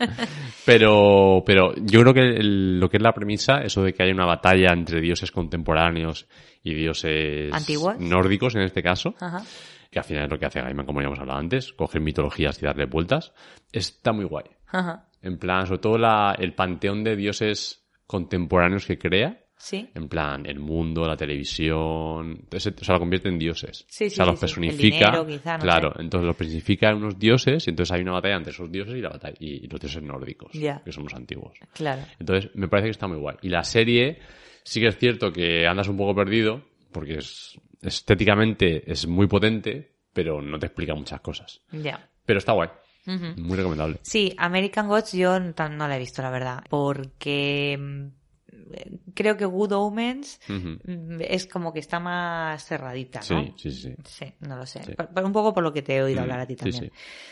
pero, pero yo creo que el- lo que es la premisa, eso de que hay una batalla entre dioses contemporáneos y dioses ¿Antiguos? nórdicos en este caso, Ajá. que al final es lo que hace Gaiman, como ya hemos hablado antes, coger mitologías y darle vueltas, está muy guay. Ajá. En plan, sobre todo la, el panteón de dioses contemporáneos que crea, Sí. en plan, el mundo, la televisión, entonces, o sea, lo convierte en dioses. Sí, o sí, sea, sí, los sí. personifica. El dinero, quizá, no claro, sé. entonces los personifica en unos dioses y entonces hay una batalla entre esos dioses y la batalla y los dioses nórdicos, Ya. que son los antiguos. Claro. Entonces, me parece que está muy guay. Y la serie, sí que es cierto que andas un poco perdido, porque es, estéticamente es muy potente, pero no te explica muchas cosas. Ya. Pero está guay. Ujú. Muy recomendable. Sí, American Gods yo no no la he visto, la verdad, porque mm, creo que Good Omens Ujú. mm, es como que está más cerradita, ¿no? Sí, sí, sí. Sí, no lo sé. Sí. Por- por- un poco por lo que te he oído Mm, hablar a ti sí, también. sí.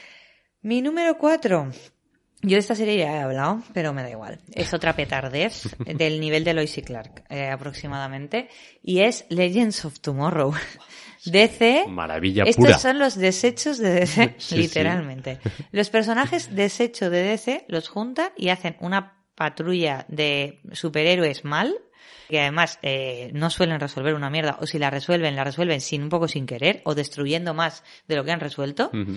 Mi número cuatro. Yo de esta serie ya he hablado, pero me da igual. Es otra petardez del nivel de Lois y Clark, eh, aproximadamente. Y es Legends of Tomorrow. D C. Maravilla Estos pura. son los desechos de D C, Sí, literalmente. Los personajes desecho de D C los juntan y hacen una patrulla de superhéroes mal que además eh, no suelen resolver una mierda, o si la resuelven, la resuelven sin un poco sin querer, o destruyendo más de lo que han resuelto. Ujú.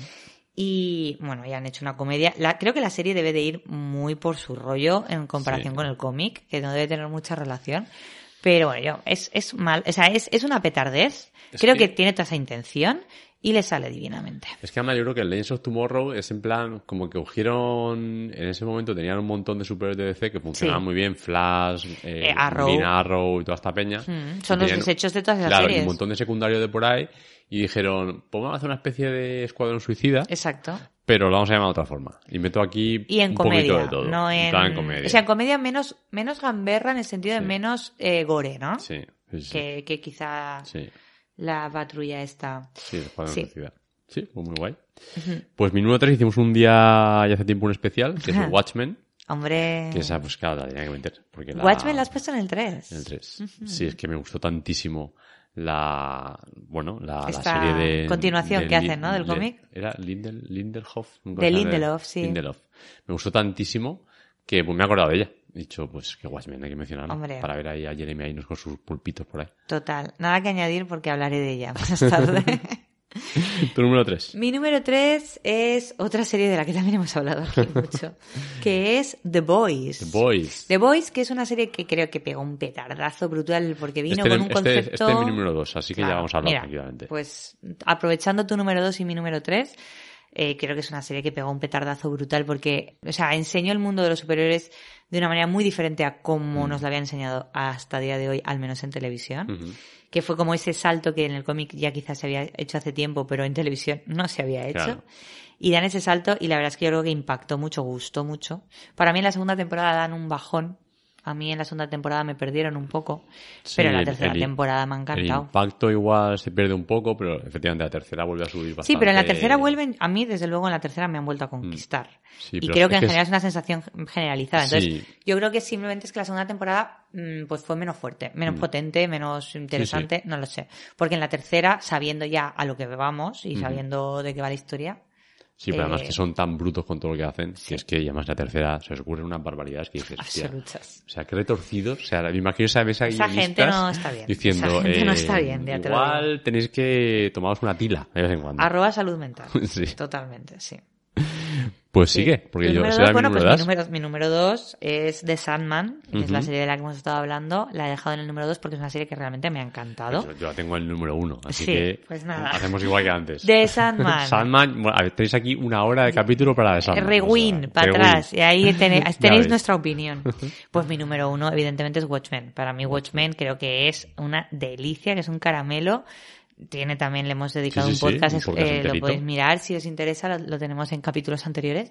Y bueno, ya han hecho una comedia. La, creo que la serie debe de ir muy por su rollo en comparación Sí. con el cómic, que no debe tener mucha relación. Pero bueno, yo, es, es mal, o sea, es, es una petardez. Es Creo que- que... tiene toda esa intención y le sale divinamente. Es que además yo creo que el Legends of Tomorrow es en plan, como que cogieron, en ese momento tenían un montón de superhéroes de D C que funcionaban Sí. muy bien, Flash, eh, Eh, Arrow. Green Arrow y toda esta peña. Mm, Y son los tenían- desechos de todas esas claro, y series. un montón de secundarios de por ahí, y dijeron, pues vamos a hacer una especie de escuadrón suicida, Exacto. pero lo vamos a llamar de otra forma. Y meto aquí Y en un comedia, poquito de todo. no en... plan en comedia. O sea, en comedia menos, menos gamberra en el sentido de Sí. menos eh, gore, ¿no? Sí, sí, sí. Que, que quizá Sí, la patrulla esta... sí, el escuadrón Sí. suicida. Sí, fue muy guay. Pues mi número tres hicimos un día, ya hace tiempo, un especial, que es el Ajá. Watchmen, Hombre... que esa, pues claro, la tenía que meter. Porque la... Watchmen la has puesto en el tres. En el tres. Sí, es que me gustó tantísimo la, bueno, la, la Esta serie de... continuación de que hacen, Lin- ¿no? Del Le- cómic. Era Lindel, Lindelhof. nunca De sé, Lindelof, sí. Lindelof. Me gustó tantísimo que pues, me he acordado de ella. He dicho, pues que Watchmen hay que mencionarlo. Hombre. Para ver ahí a Jeremy Irons con sus pulpitos por ahí. Total. Nada que añadir porque hablaré de ella más tarde. Tu número tres. Mi número tres es otra serie de la que también hemos hablado aquí mucho, que es The Boys. The Boys. The Boys, que es una serie que creo que pegó un petardazo brutal porque vino Este, con un este- concepto... este es mi número dos, así que ya Claro, vamos a hablar mira, tranquilamente. Pues aprovechando tu número dos y mi número tres, eh, creo que es una serie que pegó un petardazo brutal porque, o sea, enseñó el mundo de los superhéroes de una manera muy diferente a como Mm. nos lo había enseñado hasta el día de hoy, al menos en televisión. Ujú. Que fue como ese salto que en el cómic ya quizás se había hecho hace tiempo, pero en televisión no se había hecho. Claro. Y dan ese salto y la verdad es que yo creo que impactó mucho, gustó mucho. Para mí en la segunda temporada dan un bajón. A mí en la segunda temporada me perdieron un poco, Sí, pero en la el- tercera el- temporada me ha El encantado. impacto igual se pierde un poco, pero efectivamente la tercera vuelve a subir bastante. Sí, pero en la tercera vuelven, a mí desde luego en la tercera me han vuelto a conquistar. Sí, y pero creo es que en que es- general es una sensación generalizada. Entonces, Sí. yo creo que simplemente es que la segunda temporada mm, pues fue menos fuerte, menos potente, menos interesante, no lo sé. Porque en la tercera, sabiendo ya a lo que vamos y sabiendo de qué va la historia, Sí, pero además Eh, que son tan brutos con todo lo que hacen, sí. que es que y además la tercera se les ocurren unas barbaridades que dices, hostia, absolutas. o sea, qué retorcidos, o sea, me imagino esa mesa de Esa guionistas gente no está bien. diciendo, Esa gente no eh, está bien, ya te lo igual tenéis que tomaros una tila de vez en cuando. Arroba salud mental. Sí. Totalmente, sí. Pues Sí. sigue, porque Tu yo, número será dos, mi bueno, número pues dos. mi número, mi número dos es The Sandman, que es la Ujú. serie de la que hemos estado hablando. La he dejado en el número dos porque es una serie que realmente me ha encantado. Yo, yo la tengo en el número uno, así Sí, que pues nada. hacemos igual que antes. The Sandman. Sandman, bueno, a ver, tenéis aquí una hora de capítulo para The Sandman. Rewind, o sea, para rewind. atrás. Y ahí tenéis, Ya tenéis ves. nuestra opinión. Pues mi número uno, evidentemente, es Watchmen. Para mí, Watchmen creo que es una delicia, que es un caramelo. Tiene también, le hemos dedicado Sí, sí, un sí, podcast, un es- podcast eh, lo enterito. podéis mirar si os interesa, lo, lo tenemos en capítulos anteriores.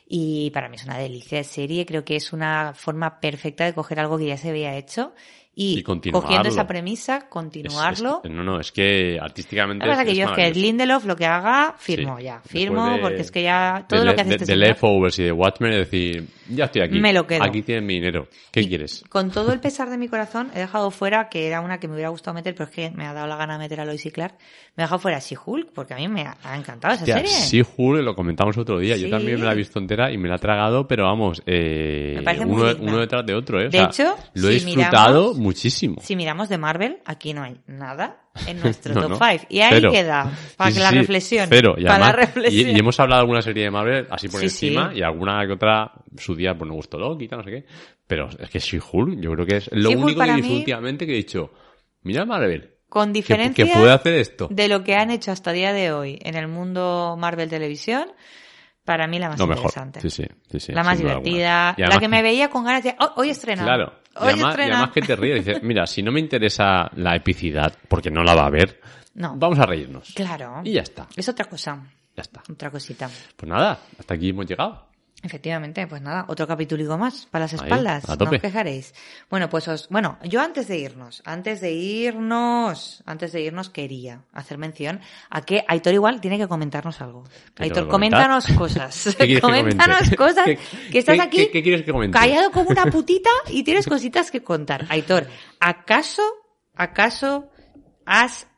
Y para mí es una delicia de serie, creo que es una forma perfecta de coger algo que ya se había hecho y, Y continuarlo. cogiendo esa premisa, Es- continuarlo. es- no, no, es que artísticamente La verdad es, que yo es que maravilloso. Lindelof lo que haga, firmo Sí. ya. Después Firmo de- porque es que ya todo de, lo que Le- hace de, este de señor... Leftovers y de Watchmen, es decir, ya estoy aquí. Me lo quedo. Aquí tienes mi dinero. ¿Qué Y quieres? Con todo el pesar de mi corazón, he dejado fuera, que era una que me hubiera gustado meter, pero es que me ha dado la gana de meter a Lois y Clark, me he dejado fuera She-Hulk, porque a mí me ha, ha encantado esa Hostia, serie. sí, Hulk, lo comentamos otro día. Yo Sí. también me la he visto entera y me la he tragado, pero vamos, eh, Me parece muy uno, digna. uno detrás de otro, ¿eh? O De sea, hecho, lo he si disfrutado miramos- muchísimo. Si miramos de Marvel, aquí no hay nada en nuestro No, top no. cinco. Y ahí Cero. queda, para Sí, que sí, la sí, reflexión. Cero. Y, para la además- reflexión. y- y hemos hablado de alguna serie de Marvel así por Sí, encima sí. y alguna que otra su día pues no gustó Loki y tal, no sé qué. Pero es que She-Hulk yo creo que es lo She-Hulk único para que he visto mí- últimamente que he dicho, mira Marvel, Con que, diferencia que puede hacer esto. de lo que han hecho hasta el día de hoy en el mundo Marvel Televisión, para mí la más Lo mejor. interesante. Sí, sí, sí, sí, la más sin duda divertida, alguna. Y la además- que me veía con ganas de, oh, hoy estrena. Claro. Y Hoy además, y estrena. además que te ríes. Dices, mira, si no me interesa la epicidad, porque no la va a ver, No. vamos a reírnos. Claro. Y ya está. Es otra cosa, Ya está. otra cosita. Pues nada, hasta aquí hemos llegado. Efectivamente, pues nada, otro capítulo más para las Ahí, espaldas. a No tope. os quejaréis. Bueno, pues os, bueno, yo antes de irnos, antes de irnos, antes de irnos quería hacer mención a que Aitor igual tiene que comentarnos algo. ¿Qué Aitor, tengo que comentar? coméntanos cosas. ¿Qué quieres que coméntanos comente? cosas ¿Qué- que estás qué- aquí qué- qué quieres que comente? callado como una putita y tienes cositas que contar. Aitor, ¿acaso, acaso has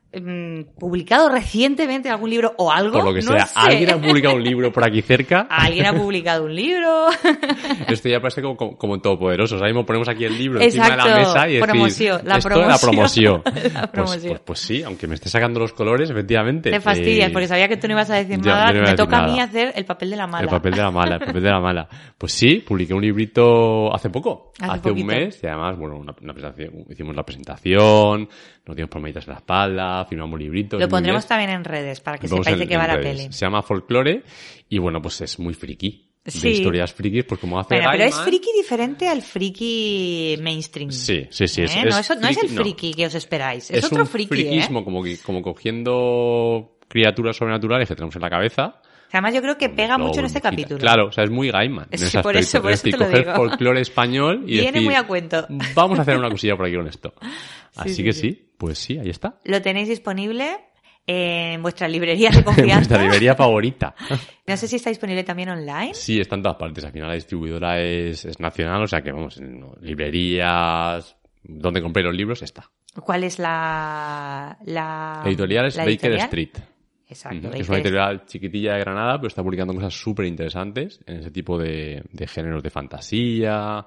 mm, publicado recientemente algún libro o algo. Por lo que no sea, sé. ¿alguien ha publicado un libro por aquí cerca? Alguien ha publicado un libro. Esto ya parece como, como, como en Todopoderosos. Ahora mismo ponemos aquí el libro Exacto, encima de la mesa y decís, promoción, la esto promoción. es la promoción. La Pues, promoción. pues, pues sí, aunque me esté sacando los colores, efectivamente. Te fastidias eh, porque sabía que tú no ibas a decir ya, nada. yo no iba a Me decir toca a mí nada. hacer el papel de la mala. El papel de la mala, el papel de la mala. Pues sí, publiqué un librito hace poco, Hace hace, un poquito. mes, y además, bueno, una, una presentación, hicimos la presentación, nos dimos palmaditas en la espalda, firmamos libritos. Lo muy pondremos bien. también en redes para que Vamos sepáis en- de qué en va la redes. peli. Se llama Folklore y bueno, pues es muy friki. Sí. De historias frikis, pues como hace Bueno, pero es Gaiman. friki diferente al friki mainstream. Sí, sí, sí. Es, ¿Eh? No, es eso, no es el friki- no. friki que os esperáis. Es, Es otro un friki, friquismo ¿eh? como, que, como cogiendo criaturas sobrenaturales que tenemos en la cabeza. Además, yo creo que pega Luego, mucho en este burbujita. capítulo. Claro, o sea, es muy Gaiman. en Sí, ese por eso- aspecto. por Es eso decir, te lo coger digo. folclore español y Viene decir, muy a cuento. vamos a hacer una cosilla por aquí con esto. Así sí, que sí. sí, pues sí, ahí está. Lo tenéis disponible en vuestra librería de En confianza. nuestra librería favorita. No sé si está disponible también online. Sí, está en todas partes. Al final la distribuidora es, es nacional, o sea que vamos, en librerías, donde compré los libros, está. ¿Cuál es la, la Editorial es la Baker editorial? Street. Exacto. Ujú, que Baker es una editorial chiquitilla de Granada, pero está publicando cosas súper interesantes en ese tipo de, de géneros de fantasía,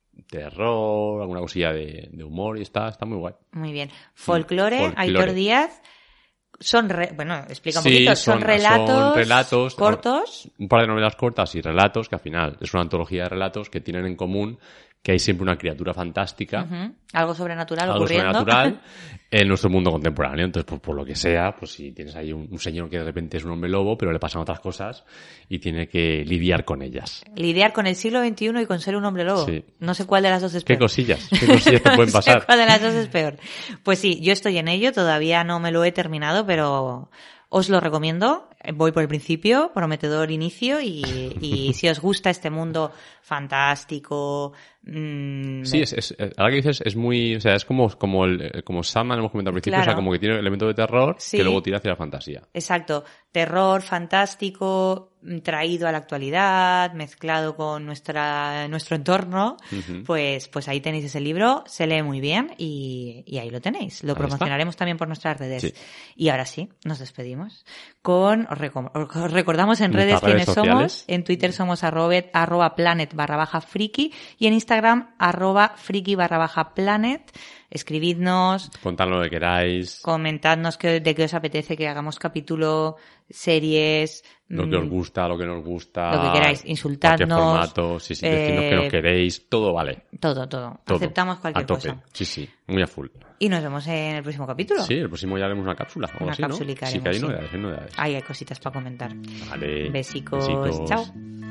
terror, alguna cosilla de, de humor y está, está muy guay. Muy bien. Folclore, Folclore. Aitor Díaz. Son, re- bueno, explica un Sí, poquito. Son, son- relatos, son relatos, cortos. Un par de novelas cortas y relatos, que al final es una antología de relatos que tienen en común que hay siempre una criatura fantástica, Ujú. Algo sobrenatural algo ocurriendo. sobrenatural en nuestro mundo contemporáneo. Entonces, pues por lo que sea, pues si tienes ahí un, un señor que de repente es un hombre lobo, pero le pasan otras cosas y tiene que lidiar con ellas. Lidiar con el siglo veintiuno y con ser un hombre lobo. Sí. No sé cuál de las dos es ¿Qué peor. cosillas? ¿Qué cosillas te pueden No sé pasar? cuál de las dos es peor. Pues sí, yo estoy en ello, todavía no me lo he terminado, pero os lo recomiendo. Voy por el principio, prometedor inicio, y, y si os gusta este mundo fantástico... Mmm, Sí, es, es, ahora que dices, es muy, o sea, es como, como el, como Sandman hemos comentado al principio, Claro. o sea, como que tiene elemento de terror Sí. que luego tira hacia la fantasía. Exacto. Terror fantástico, traído a la actualidad, mezclado con nuestra, nuestro entorno. Ujú. Pues, pues ahí tenéis ese libro, se lee muy bien y, y ahí lo tenéis. Lo Ahí promocionaremos también por nuestras redes. Sí. Y ahora sí, nos despedimos con, os, recom- os recordamos en Nuestras redes redes quiénes sociales. somos. En Twitter somos arroba, arroba planet barra baja friki y en Instagram arroba friki barra baja planet. Escribidnos, Contadnos lo que queráis, comentadnos que, de qué os apetece que hagamos capítulo, series, lo que mm, os gusta, lo que nos gusta. lo que queráis, insultadnos, Cualquier formato, sí, sí, decidnos que eh, nos queréis, todo vale. todo, todo, Todo. Aceptamos cualquier a tope. cosa. Sí, sí, muy a full. Y nos vemos en el próximo capítulo. Sí, el próximo ya haremos una cápsula o algo Una así, ¿no? capsulica Sí, que hay haremos, sí. novedades, hay novedades. Ahí hay cositas para comentar. Vale. Besicos. Besicos. Chao.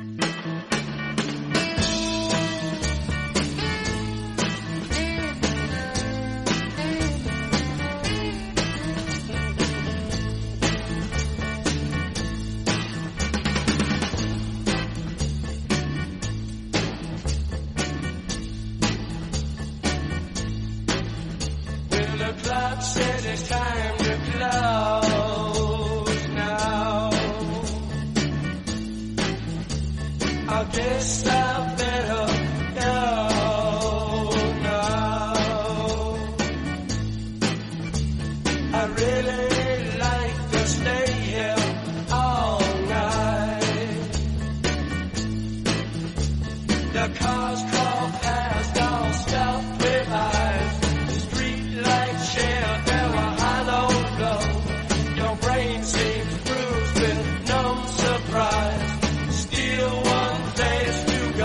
Well, the clock says it's time to close now. I guess I better go now. I really like to stay here all night. The cars crawl past, don't stop with eyes. Street lights share their hollow glow. Your brain seems bruised with no surprise. Still one place to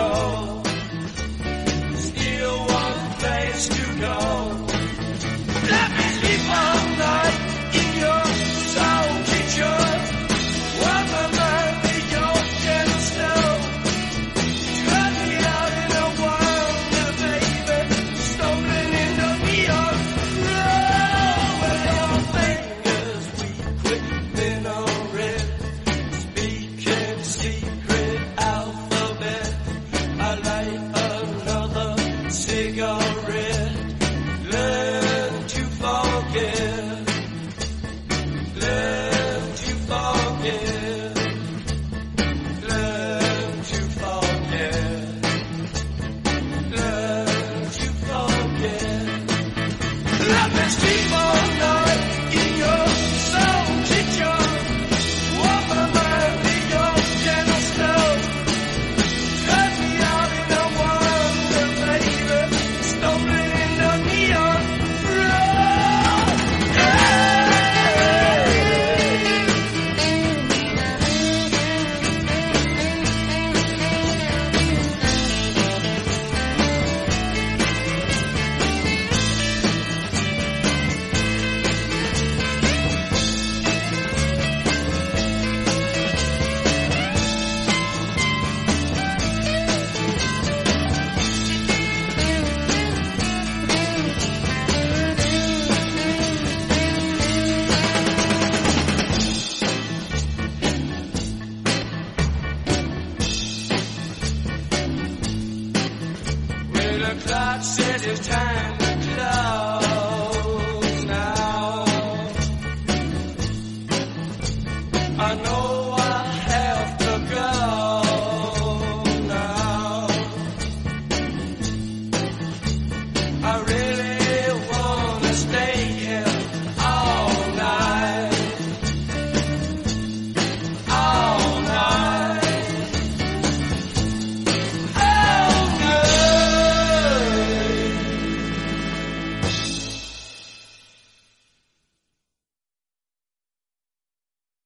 I know